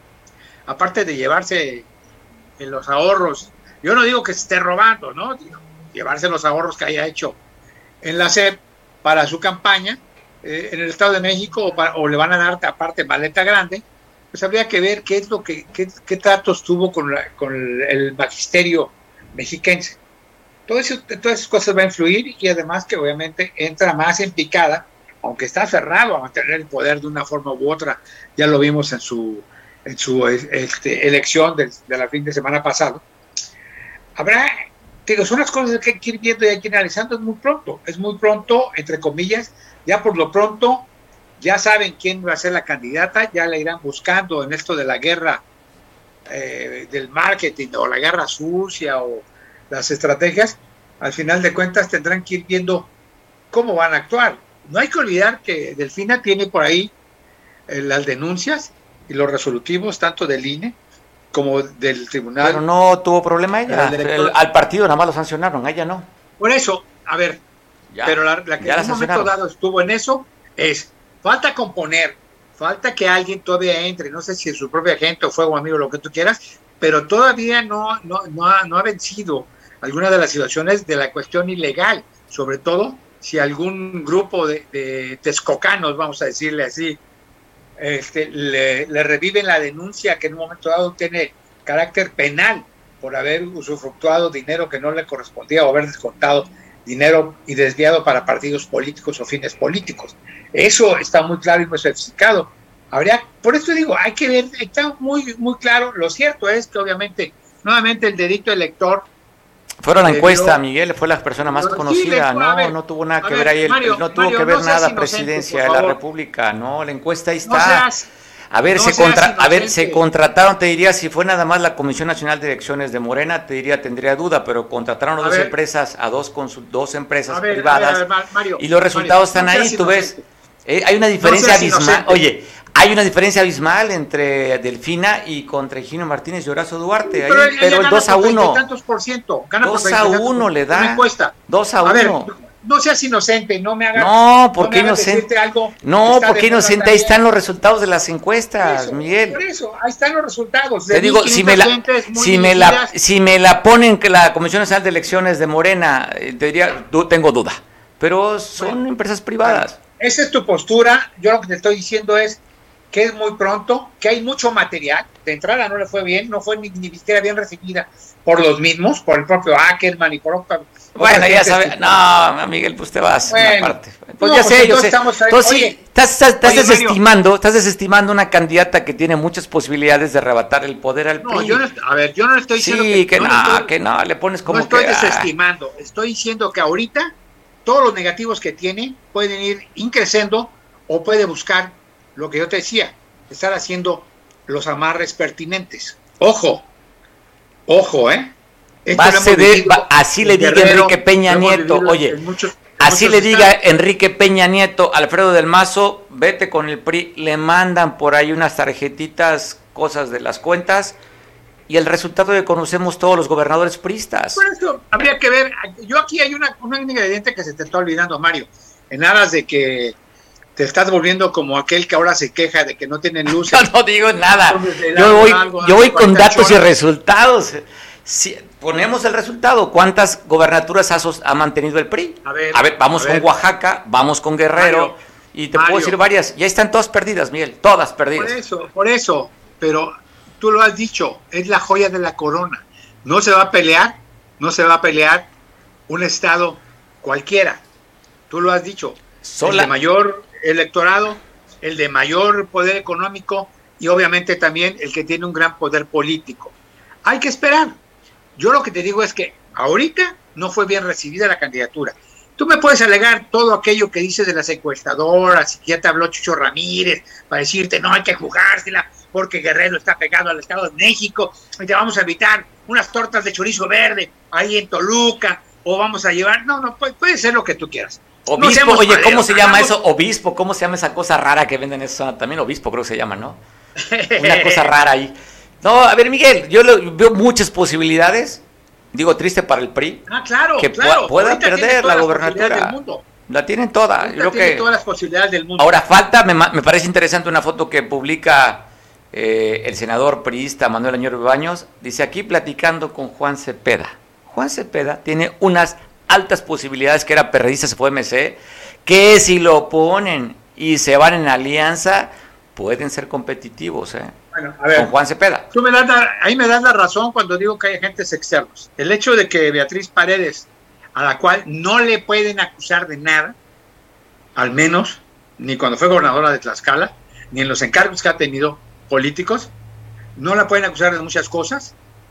aparte de llevarse en los ahorros, yo no digo que se esté robando, ¿no? Digo, llevarse los ahorros que haya hecho en la S E P para su campaña eh, en el Estado de México, o, para, o le van a dar aparte maleta grande, pues habría que ver qué es lo que, qué, qué tratos tuvo con, la, con el, el magisterio mexiquense. Todo eso, todas esas cosas van a influir, y además que obviamente entra más en picada, aunque está aferrado a mantener el poder de una forma u otra, ya lo vimos en su, en su este, elección de, de la fin de semana pasado. Habrá, digo, son las cosas que hay que ir viendo y hay que ir analizando, es muy pronto, es muy pronto, entre comillas, ya por lo pronto, ya saben quién va a ser la candidata, ya la irán buscando en esto de la guerra eh, del marketing, o la guerra sucia, o las estrategias. Al final de cuentas tendrán que ir viendo cómo van a actuar. No hay que olvidar que Delfina tiene por ahí eh, las denuncias y los resolutivos tanto del I N E como del tribunal. Pero no tuvo problema ella, el, al partido nada más lo sancionaron, a ella no. Por eso, a ver, ya, pero la, la que en un momento dado estuvo en eso es, falta componer, falta que alguien todavía entre, no sé si es su propia gente o fuego amigo, lo que tú quieras, pero todavía no, no, no, ha, no ha vencido alguna de las situaciones de la cuestión ilegal, sobre todo si algún grupo de, de texcocanos, vamos a decirle así, este, le, le reviven la denuncia que en un momento dado tiene carácter penal por haber usufructuado dinero que no le correspondía, o haber descontado dinero y desviado para partidos políticos o fines políticos. Eso está muy claro y muy especificado. Habría, por eso digo, hay que ver, está muy, muy claro. Lo cierto es que obviamente, nuevamente el delito elector. Fueron la encuesta, dio, Miguel, fue la persona más conocida, sí, no, ver, no tuvo nada que ver, ver ahí, Mario, no tuvo Mario, que ver no nada presidencia de la República, no, la encuesta ahí está. No seas, a ver, no se contra, a ver, se contrataron, te diría, si fue nada más la Comisión Nacional de Elecciones de Morena, te diría, tendría duda, pero contrataron a dos ver, empresas, a dos consul, dos empresas a ver, privadas, a ver, a ver, Mario, y los resultados Mario, están no ahí, tú ves, eh, hay una diferencia no abismal, oye, hay una diferencia abismal entre Delfina y contra Higinio Martínez y Horacio Duarte, ahí, pero, pero el dos a uno, dos a uno le da, dos a uno. No seas inocente, no me hagas. No, ¿por qué no inocente? Algo no, porque inocente, ahí están los resultados de las encuestas, por eso, Miguel. Por eso, ahí están los resultados. Te digo, si me, la, si, me la, si me la ponen que la Comisión Nacional de Elecciones de Morena, te diría, tengo duda. Pero son bueno, empresas privadas. Bueno, esa es tu postura. Yo lo que te estoy diciendo es que es muy pronto, que hay mucho material. De entrada no le fue bien, no fue ni, ni siquiera bien recibida por los mismos, por el propio Ackerman y por otro. Bueno, ya sabes, no, Miguel, pues te vas bueno, una parte. Pues no, ya pues sé, yo sé. Entonces, oye, sí, estás, estás, estás oye, desestimando, Mario, estás desestimando una candidata que tiene muchas posibilidades de arrebatar el poder al P R I. No, yo no, a ver, yo no le estoy diciendo sí, que, que no, no, estoy, que no, le pones como no estoy que, desestimando, ah. estoy diciendo que ahorita todos los negativos que tiene pueden ir increciendo o puede buscar lo que yo te decía, estar haciendo los amarres pertinentes. Ojo, ojo, ¿eh? Va a ceder, va, así le diga Guerrero, Enrique Peña Nieto, oye, muchos, así le diga estados. Enrique Peña Nieto, Alfredo del Mazo, vete con el P R I, le mandan por ahí unas tarjetitas, cosas de las cuentas, y el resultado que conocemos todos los gobernadores priistas. Por eso habría que ver, yo aquí hay una, un ingrediente que se te está olvidando, Mario, en aras de que te estás volviendo como aquel que ahora se queja de que no tienen luz. Yo no digo nada, yo voy, algo, yo voy con datos y resultados. Si ponemos el resultado, ¿cuántas gobernaturas ha, ha mantenido el P R I? A ver, a ver vamos a ver. con Oaxaca, vamos con Guerrero, Mario, y te Mario. puedo decir varias, ya están todas perdidas, Miguel, todas perdidas. Por eso, por eso, pero tú lo has dicho, es la joya de la corona. No se va a pelear, no se va a pelear un estado cualquiera. Tú lo has dicho, Sola. el de mayor electorado, el de mayor poder económico y obviamente también el que tiene un gran poder político. Hay que esperar. Yo lo que te digo es que ahorita no fue bien recibida la candidatura. Tú me puedes alegar todo aquello que dices de las encuestadoras, que ya te habló Chucho Ramírez, para decirte no hay que jugársela porque Guerrero está pegado al Estado de México y te vamos a evitar unas tortas de chorizo verde ahí en Toluca, o vamos a llevar, no, no, puede, puede ser lo que tú quieras. Obispo, no oye, ¿cómo se llama eso? Obispo, ¿cómo se llama esa cosa rara que venden en esa zona? También obispo creo que se llama, ¿no? Una cosa rara ahí. No, a ver, Miguel, yo lo, veo muchas posibilidades. Digo, triste para el P R I. Ah, claro, que claro. pu- pueda Ahorita perder la las gobernatura. Del mundo. La tienen toda. Ahorita Yo creo tiene que... todas las posibilidades del mundo. Ahora falta, me, me parece interesante una foto que publica eh, el senador priista Manuel Añor Baños. Dice aquí platicando con Juan Cepeda. Juan Cepeda tiene unas altas posibilidades, que era perredista, se fue a M C, que si lo ponen y se van en alianza, pueden ser competitivos, ¿eh? Bueno, a ver, con Juan Cepeda. Tú me das la, ahí me das la razón cuando digo que hay agentes externos. El hecho de que Beatriz Paredes, a la cual no le pueden acusar de nada, al menos ni cuando fue gobernadora de Tlaxcala, ni en los encargos que ha tenido políticos, no la pueden acusar de muchas cosas,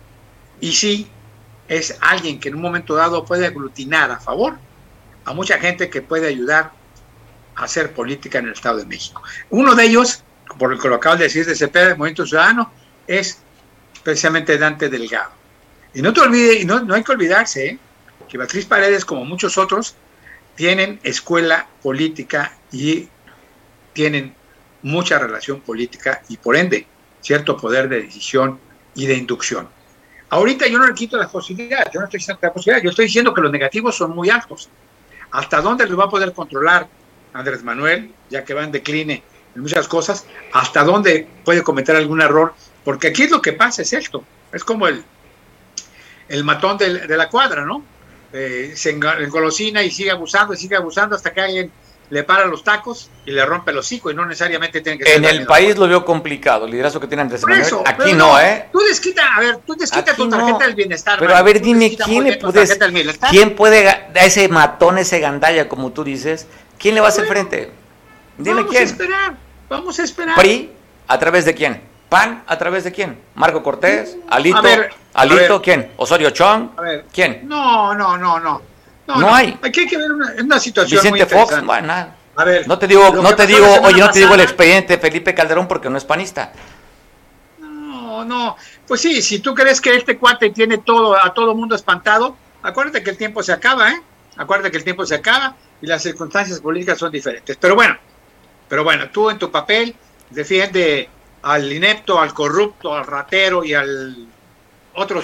y sí es alguien que en un momento dado puede aglutinar a favor a mucha gente que puede ayudar a hacer política en el Estado de México. Uno de ellos, por lo que lo acabo de decir de Cepeda, del Movimiento Ciudadano, es precisamente Dante Delgado. Y no te olvides, y no, no hay que olvidarse, ¿eh? que Beatriz Paredes, como muchos otros, tienen escuela política y tienen mucha relación política y por ende cierto poder de decisión y de inducción. Ahorita yo no le quito las posibilidades, yo no estoy diciendo que la posibilidad, yo estoy diciendo que los negativos son muy altos. ¿Hasta dónde los va a poder controlar Andrés Manuel, ya que va en decline en muchas cosas? ¿Hasta dónde puede cometer algún error? Porque aquí lo que pasa es esto, es como el, el matón de, de la cuadra, ¿no? Eh, se engolosina y sigue abusando y sigue abusando hasta que alguien le para los tacos y le rompe el hocico, y no necesariamente tiene que ser en el país lo veo complicado, el liderazgo que tiene Andrés Manuel. Eso, aquí no, no, ¿eh? Tú desquita, a ver, tú desquita aquí tu tarjeta no. del bienestar. Pero man. a ver, Tú dime, ¿quién le puedes, quién puede, a ese matón, ese gandalla, como tú dices, quién le va a hacer bueno, frente? Dime vamos quién. Vamos a esperar, vamos a esperar. ¿P R I? ¿A través de quién? ¿P A N? ¿A través de quién? ¿Marco Cortés? ¿Alito? A ver, ¿Alito? a ver. ¿Quién? ¿Osorio Chong? A ver. ¿Quién? No, no, no, no. No, no, no. hay. Aquí hay que ver una, una situación Vicente muy interesante. Fox, bueno, nada. A ver, no te digo, no te digo, oye, no te digo el pasada, expediente de Felipe Calderón porque no es panista. No, no, pues sí, si tú crees que este cuate tiene todo, a todo mundo espantado, acuérdate que el tiempo se acaba, ¿eh? Acuérdate que el tiempo se acaba y las circunstancias políticas son diferentes. Pero bueno, pero bueno, tú en tu papel defiende al inepto, al corrupto, al ratero y al otros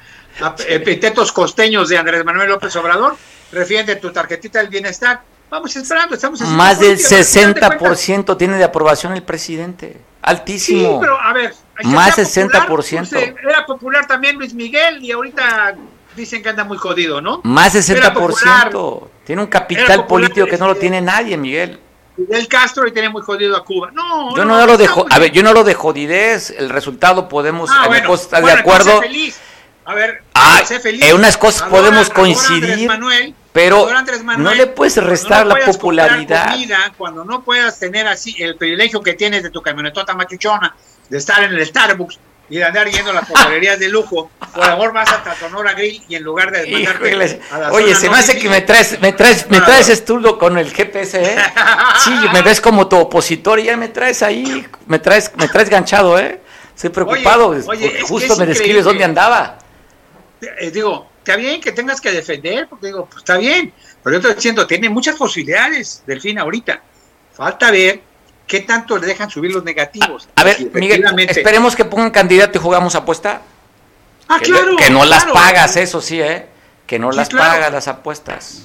epítetos costeños de Andrés Manuel López Obrador, defiende tu tarjetita del bienestar. Vamos esperando, estamos más del sesenta por ciento tiene de aprobación el presidente, altísimo. Sí, pero a ver, más del sesenta por ciento. Pues, era popular también Luis Miguel y ahorita dicen que anda muy jodido, ¿no? Más del sesenta por ciento. Tiene un capital político que no lo tiene nadie, Miguel. Fidel Castro y tiene muy jodido a Cuba. No, yo no, no, lo de a ver, yo no lo de jodidez, el resultado podemos ah, bueno, estar bueno, de acuerdo. Feliz. A ver, ah, sé feliz. En unas cosas adora, podemos adora coincidir, Manuel, pero Manuel, no le puedes restar no la popularidad. Comida, cuando no puedas tener así el privilegio que tienes de tu camionetota machuchona, de estar en el Starbucks y de andar yendo a las popularidades de lujo, por amor vas hasta Sonora Grill y en lugar de mandarte a la oye, zona se no me hace que me traes, me traes, me traes estudio con el G P S, ¿eh? Sí, me ves como tu opositor y ya me traes ahí, me traes, me traes ganchado, ¿eh? Estoy preocupado, oye, oye, porque es justo es me describes dónde andaba. Eh, digo, está bien que tengas que defender, porque digo, pues está bien, pero yo estoy diciendo, tiene muchas posibilidades, Delfín, ahorita. Falta ver qué tanto le dejan subir los negativos. A, a ver, Miguel, esperemos que pongan candidato y jugamos apuesta. Ah, que, claro. Que no claro, las pagas, eso sí, ¿eh? Que no sí, las claro. pagas las apuestas.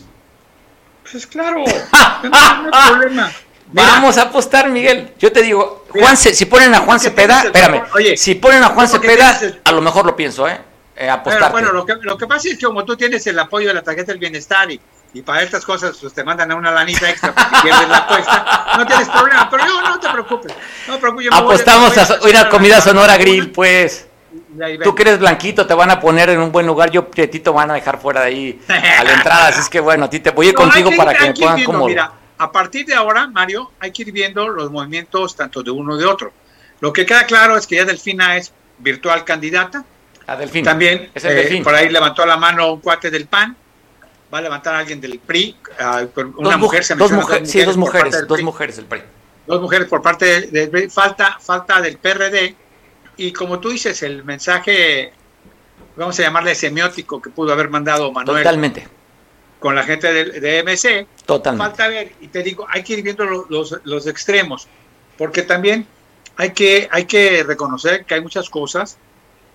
Pues claro, no hay problema. Mira, vamos a apostar, Miguel. Yo te digo, Juan, mira, si ponen a Juan Cepeda, espérame, oye, si ponen a Juan Cepeda, el... a lo mejor lo pienso, ¿eh? eh apostarte. Bueno, lo que, lo que pasa es que como tú tienes el apoyo de la tarjeta del bienestar y, y para estas cosas pues, te mandan a una lanita extra porque pierdes la apuesta, no tienes problema, pero yo no te preocupes. No te preocupes apostamos voy a, a, a ir a comida Sonora Grill, pues. Tú Tú que eres blanquito, te van a poner en un buen lugar, yo prietito van a dejar fuera de ahí a la entrada, así es que bueno, a ti te voy a ir no, contigo que, para que me pongan viendo, cómodo. Mira, a partir de ahora, Mario, hay que ir viendo los movimientos tanto de uno y de otro. Lo que queda claro es que ya Delfina es virtual candidata. A Delfín. También es el eh, Delfín. Por ahí levantó la mano un cuate del P A N. Va a levantar a alguien del P R I. Uh, una dos mujer se dos, menciona, mujer, dos sí, dos mujeres. Dos mujeres, mujeres del P R I. Dos mujeres por parte del P R I. Falta, falta del P R D. Y como tú dices, el mensaje, vamos a llamarle semiótico, que pudo haber mandado Manuel. Totalmente. Con la gente de, de M C. Totalmente. Falta ver, y te digo, hay que ir viendo los, los, los extremos, porque también hay que, hay que reconocer que hay muchas cosas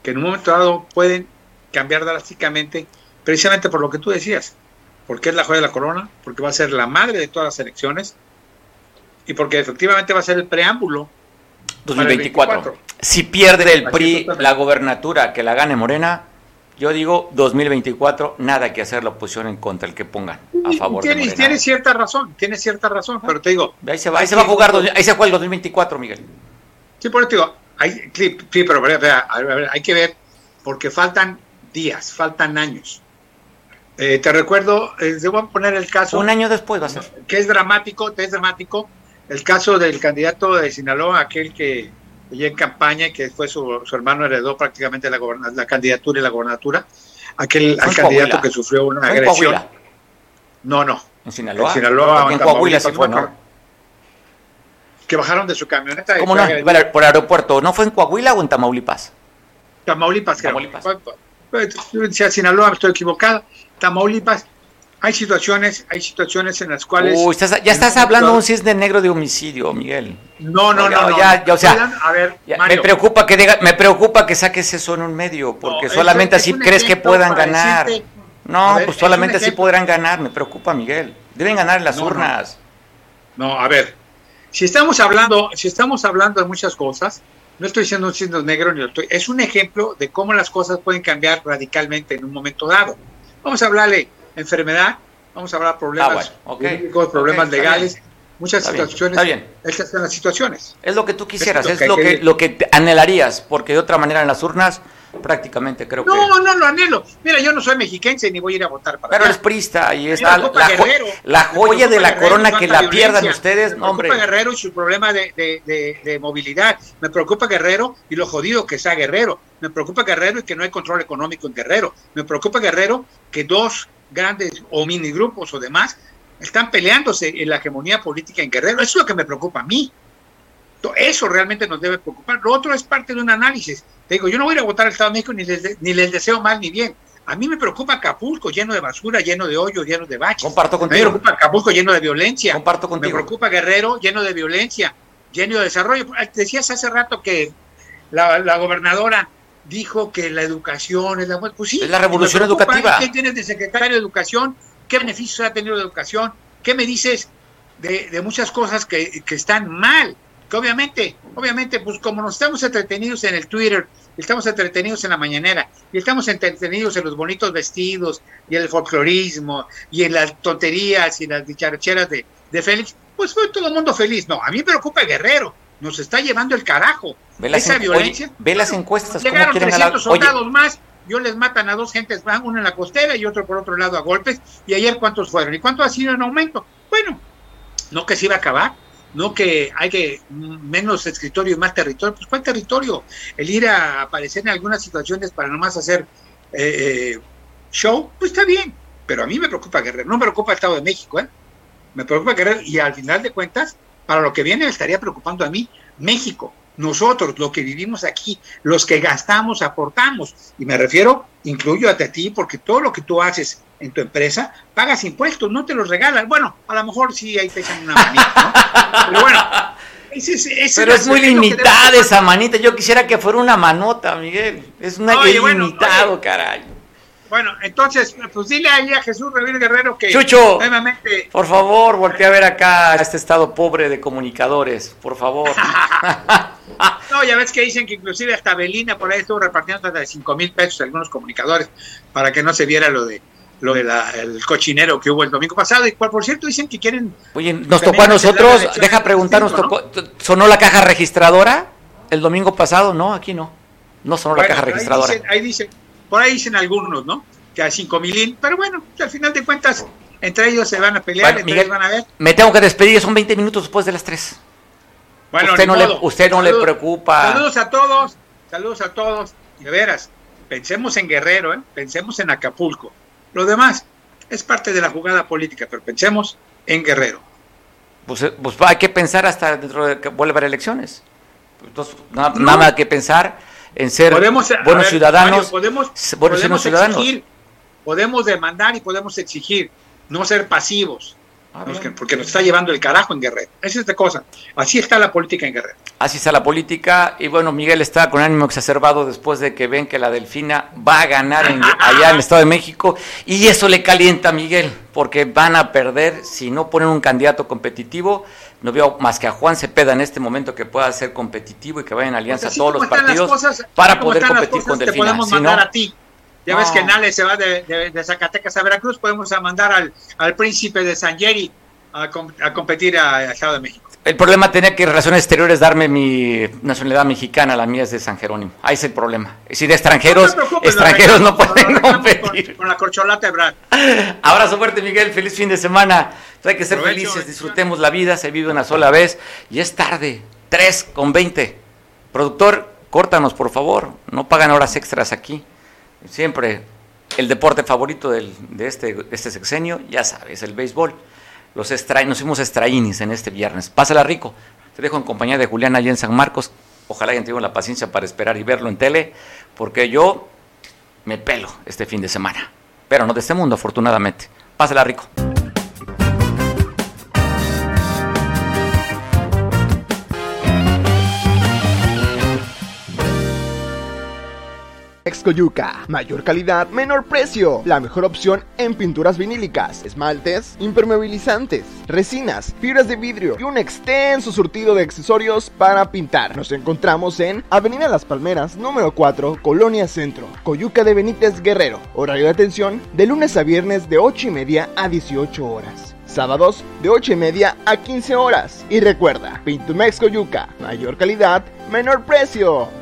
que en un momento dado pueden cambiar drásticamente, precisamente por lo que tú decías, porque es la joya de la corona, porque va a ser la madre de todas las elecciones y porque efectivamente va a ser el preámbulo dos mil veinticuatro. Si pierde el P R I la gobernatura, que la gane Morena, yo digo dos mil veinticuatro, nada que hacer la oposición en contra, el que pongan a favor tiene, de Morena. Tiene cierta razón, tiene cierta razón, ah, pero te digo... Ahí se va, ahí se va a jugar, ahí se juega el dos mil veinticuatro, Miguel. Sí, por eso te digo, hay, sí, pero a ver, a ver, hay que ver, porque faltan días, faltan años. Eh, te recuerdo, eh, te voy a poner el caso... Un año después va a ser. Que es dramático, es dramático, el caso del candidato de Sinaloa, aquel que ya en campaña y que fue su, su hermano heredó prácticamente la, la candidatura y la gobernatura, aquel al candidato que sufrió una agresión. No, no. ¿En Sinaloa? En Sinaloa, en Coahuila se fue, ¿no? Que bajaron de su camioneta. ¿Cómo no? Por aeropuerto. ¿No fue en Coahuila o en Tamaulipas? Tamaulipas, creo. Tamaulipas. Yo decía Sinaloa, me estoy equivocada. Tamaulipas. Hay situaciones, hay situaciones en las cuales... Uy, estás, ya estás hablando de un cisne negro de homicidio, Miguel. No, no, no. no, no, ya, no. ya, o sea, a ver, ya, Mario, me preocupa que diga, me preocupa que saques eso en un medio, porque no, solamente es, así es crees que puedan ganar. Decirte, no, ver, pues solamente así podrán ganar, me preocupa, Miguel. Deben ganar en las no, urnas. No. no, a ver, si estamos hablando, si estamos hablando de muchas cosas, no estoy diciendo un cisne negro, ni lo estoy, es un ejemplo de cómo las cosas pueden cambiar radicalmente en un momento dado. Vamos a hablarle enfermedad, vamos a hablar problemas ah, bueno, okay. políticos, problemas okay, legales, bien. muchas está situaciones. Bien, está bien. Estas son las situaciones. Es lo que tú quisieras, es, es lo, que, que, que, lo que lo que te anhelarías, porque de otra manera en las urnas prácticamente creo no, que... No, no lo anhelo. Mira, yo no soy mexiquense ni voy a ir a votar para Pero allá. eres prista y está la, la, jo Guerrero, la joya de la Guerrero, corona que la violencia. pierdan ustedes, no, hombre. Me preocupa Guerrero y su problema de, de, de, de movilidad. Me preocupa Guerrero y lo jodido que sea Guerrero. Me preocupa Guerrero y que no hay control económico en Guerrero. Me preocupa Guerrero que dos grandes o minigrupos o demás están peleándose en la hegemonía política en Guerrero. Eso es lo que me preocupa a mí. Eso realmente nos debe preocupar. Lo otro es parte de un análisis. Te digo, yo no voy a ir a votar al Estado de México ni les, de, ni les deseo mal ni bien. A mí me preocupa Acapulco lleno de basura, lleno de hoyos, lleno de baches. Comparto contigo. Me preocupa Acapulco lleno de violencia. Comparto contigo. Me preocupa Guerrero lleno de violencia, lleno de desarrollo. Decías hace rato que la, la gobernadora dijo que la educación es la... Pues sí, es la revolución educativa. ¿Qué tienes de secretario de Educación? ¿Qué beneficios ha tenido la educación? ¿Qué me dices de, de muchas cosas que, que están mal? Que obviamente, obviamente, pues como nos estamos entretenidos en el Twitter, estamos entretenidos en la mañanera, y estamos entretenidos en los bonitos vestidos, y en el folclorismo, y en las tonterías, y en las dicharacheras de, de Félix, pues fue todo el mundo feliz. No, a mí me preocupa Guerrero, nos está llevando el carajo. Ve las Esa violencia. Oye, ve las encuestas, llegaron ¿cómo quieren trescientos a la... soldados oye. más, yo les matan a dos gentes, uno en la costera y otro por otro lado a golpes, y ayer ¿cuántos fueron? ¿Y cuánto ha sido en aumento? Bueno, no que se iba a acabar, no que hay que menos escritorio y más territorio. Pues ¿cuál territorio? El ir a aparecer en algunas situaciones para nomás hacer eh, show, pues está bien, pero a mí me preocupa Guerrero, no me preocupa el Estado de México, ¿eh? Me preocupa Guerrero, y al final de cuentas, para lo que viene me estaría preocupando a mí México, nosotros, lo que vivimos aquí, los que gastamos, aportamos, y me refiero, incluyo a ti, porque todo lo que tú haces en tu empresa, pagas impuestos, no te los regalan. Bueno, a lo mejor sí ahí te echan una manita, ¿no? Pero bueno, ese, ese pero es, es muy limitada esa manita. Yo quisiera que fuera una manota, Miguel. Es una oye, es bueno, limitado, oye, caray. Bueno, entonces, pues dile ahí a Jesús Ramírez Guerrero que... Chucho, nuevamente... por favor, voltea a ver acá a este estado pobre de comunicadores, por favor. No, ya ves que dicen que inclusive hasta Belina por ahí estuvo repartiendo hasta de cinco mil pesos a algunos comunicadores para que no se viera lo de lo de la, el cochinero que hubo el domingo pasado, y por cierto dicen que quieren... Oye, nos tocó a nosotros, deja preguntar, ¿nos tocó, ¿no? ¿Sonó la caja registradora el domingo pasado? No, aquí no, no sonó bueno, la caja registradora. Ahí dicen, ahí dicen, por ahí dicen algunos, ¿no? Que a cinco mil, pero bueno, al final de cuentas, entre ellos se van a pelear, bueno, entre Miguel, ellos van a ver. Me tengo que despedir, son veinte minutos después de las tres. Bueno, usted no, le, usted no saludos, le preocupa. Saludos a todos, saludos a todos, de veras, pensemos en Guerrero, ¿eh? Pensemos en Acapulco. Lo demás es parte de la jugada política, pero pensemos en Guerrero. Pues, pues hay que pensar hasta dentro de que vuelva a haber elecciones. Entonces, nada, no. nada más que pensar en ser podemos, buenos ver, ciudadanos. Mario, podemos, buenos podemos ciudadanos. Exigir, podemos demandar y podemos exigir, no ser pasivos. Ah, Nos que, porque nos está llevando el carajo en Guerrero. Esa es la cosa. Así está la política en Guerrero. Así está la política. Y bueno, Miguel está con ánimo exacerbado después de que ven que la Delfina va a ganar en, allá en el Estado de México. Y eso le calienta a Miguel, porque van a perder si no ponen un candidato competitivo. No veo más que a Juan Cepeda en este momento que pueda ser competitivo y que vaya en alianza a todos los partidos cosas, para poder competir con Delfina. Podemos ¿Sí, mandar no? a ti. Ya no. ves que Nale se va de, de, de Zacatecas a Veracruz, podemos mandar al, al príncipe de Sangeri a, a competir al Estado de México. El problema tenía que Relaciones Exteriores darme mi nacionalidad mexicana, la mía es de San Jerónimo. Ahí es el problema. Es decir, extranjeros, no preocupes, extranjeros no pueden competir. Con, con la corcholata de Brad. Abrazo fuerte, Miguel. Feliz fin de semana. Hay que ser Provecho, felices, disfrutemos la vida, se vive una sola vez. Y es tarde, tres con veinte. Productor, córtanos, por favor. No pagan horas extras aquí. Siempre el deporte favorito del, de, este, de este sexenio, ya sabes, el béisbol. Los extra, nos fuimos extraínis en este viernes. Pásala rico. Te dejo en compañía de Julián allá en San Marcos. Ojalá hayan tenido la paciencia para esperar y verlo en tele, porque yo me pelo este fin de semana. Pero no de este mundo, afortunadamente. Pásala rico. Coyuca, mayor calidad, menor precio, la mejor opción en pinturas vinílicas, esmaltes, impermeabilizantes, resinas, fibras de vidrio y un extenso surtido de accesorios para pintar. Nos encontramos en Avenida Las Palmeras, número cuatro, Colonia Centro, Coyuca de Benítez, Guerrero. Horario de atención de lunes a viernes de ocho y media a dieciocho horas. Sábados de ocho y media a quince horas. Y recuerda, Pintumex Coyuca, mayor calidad, menor precio.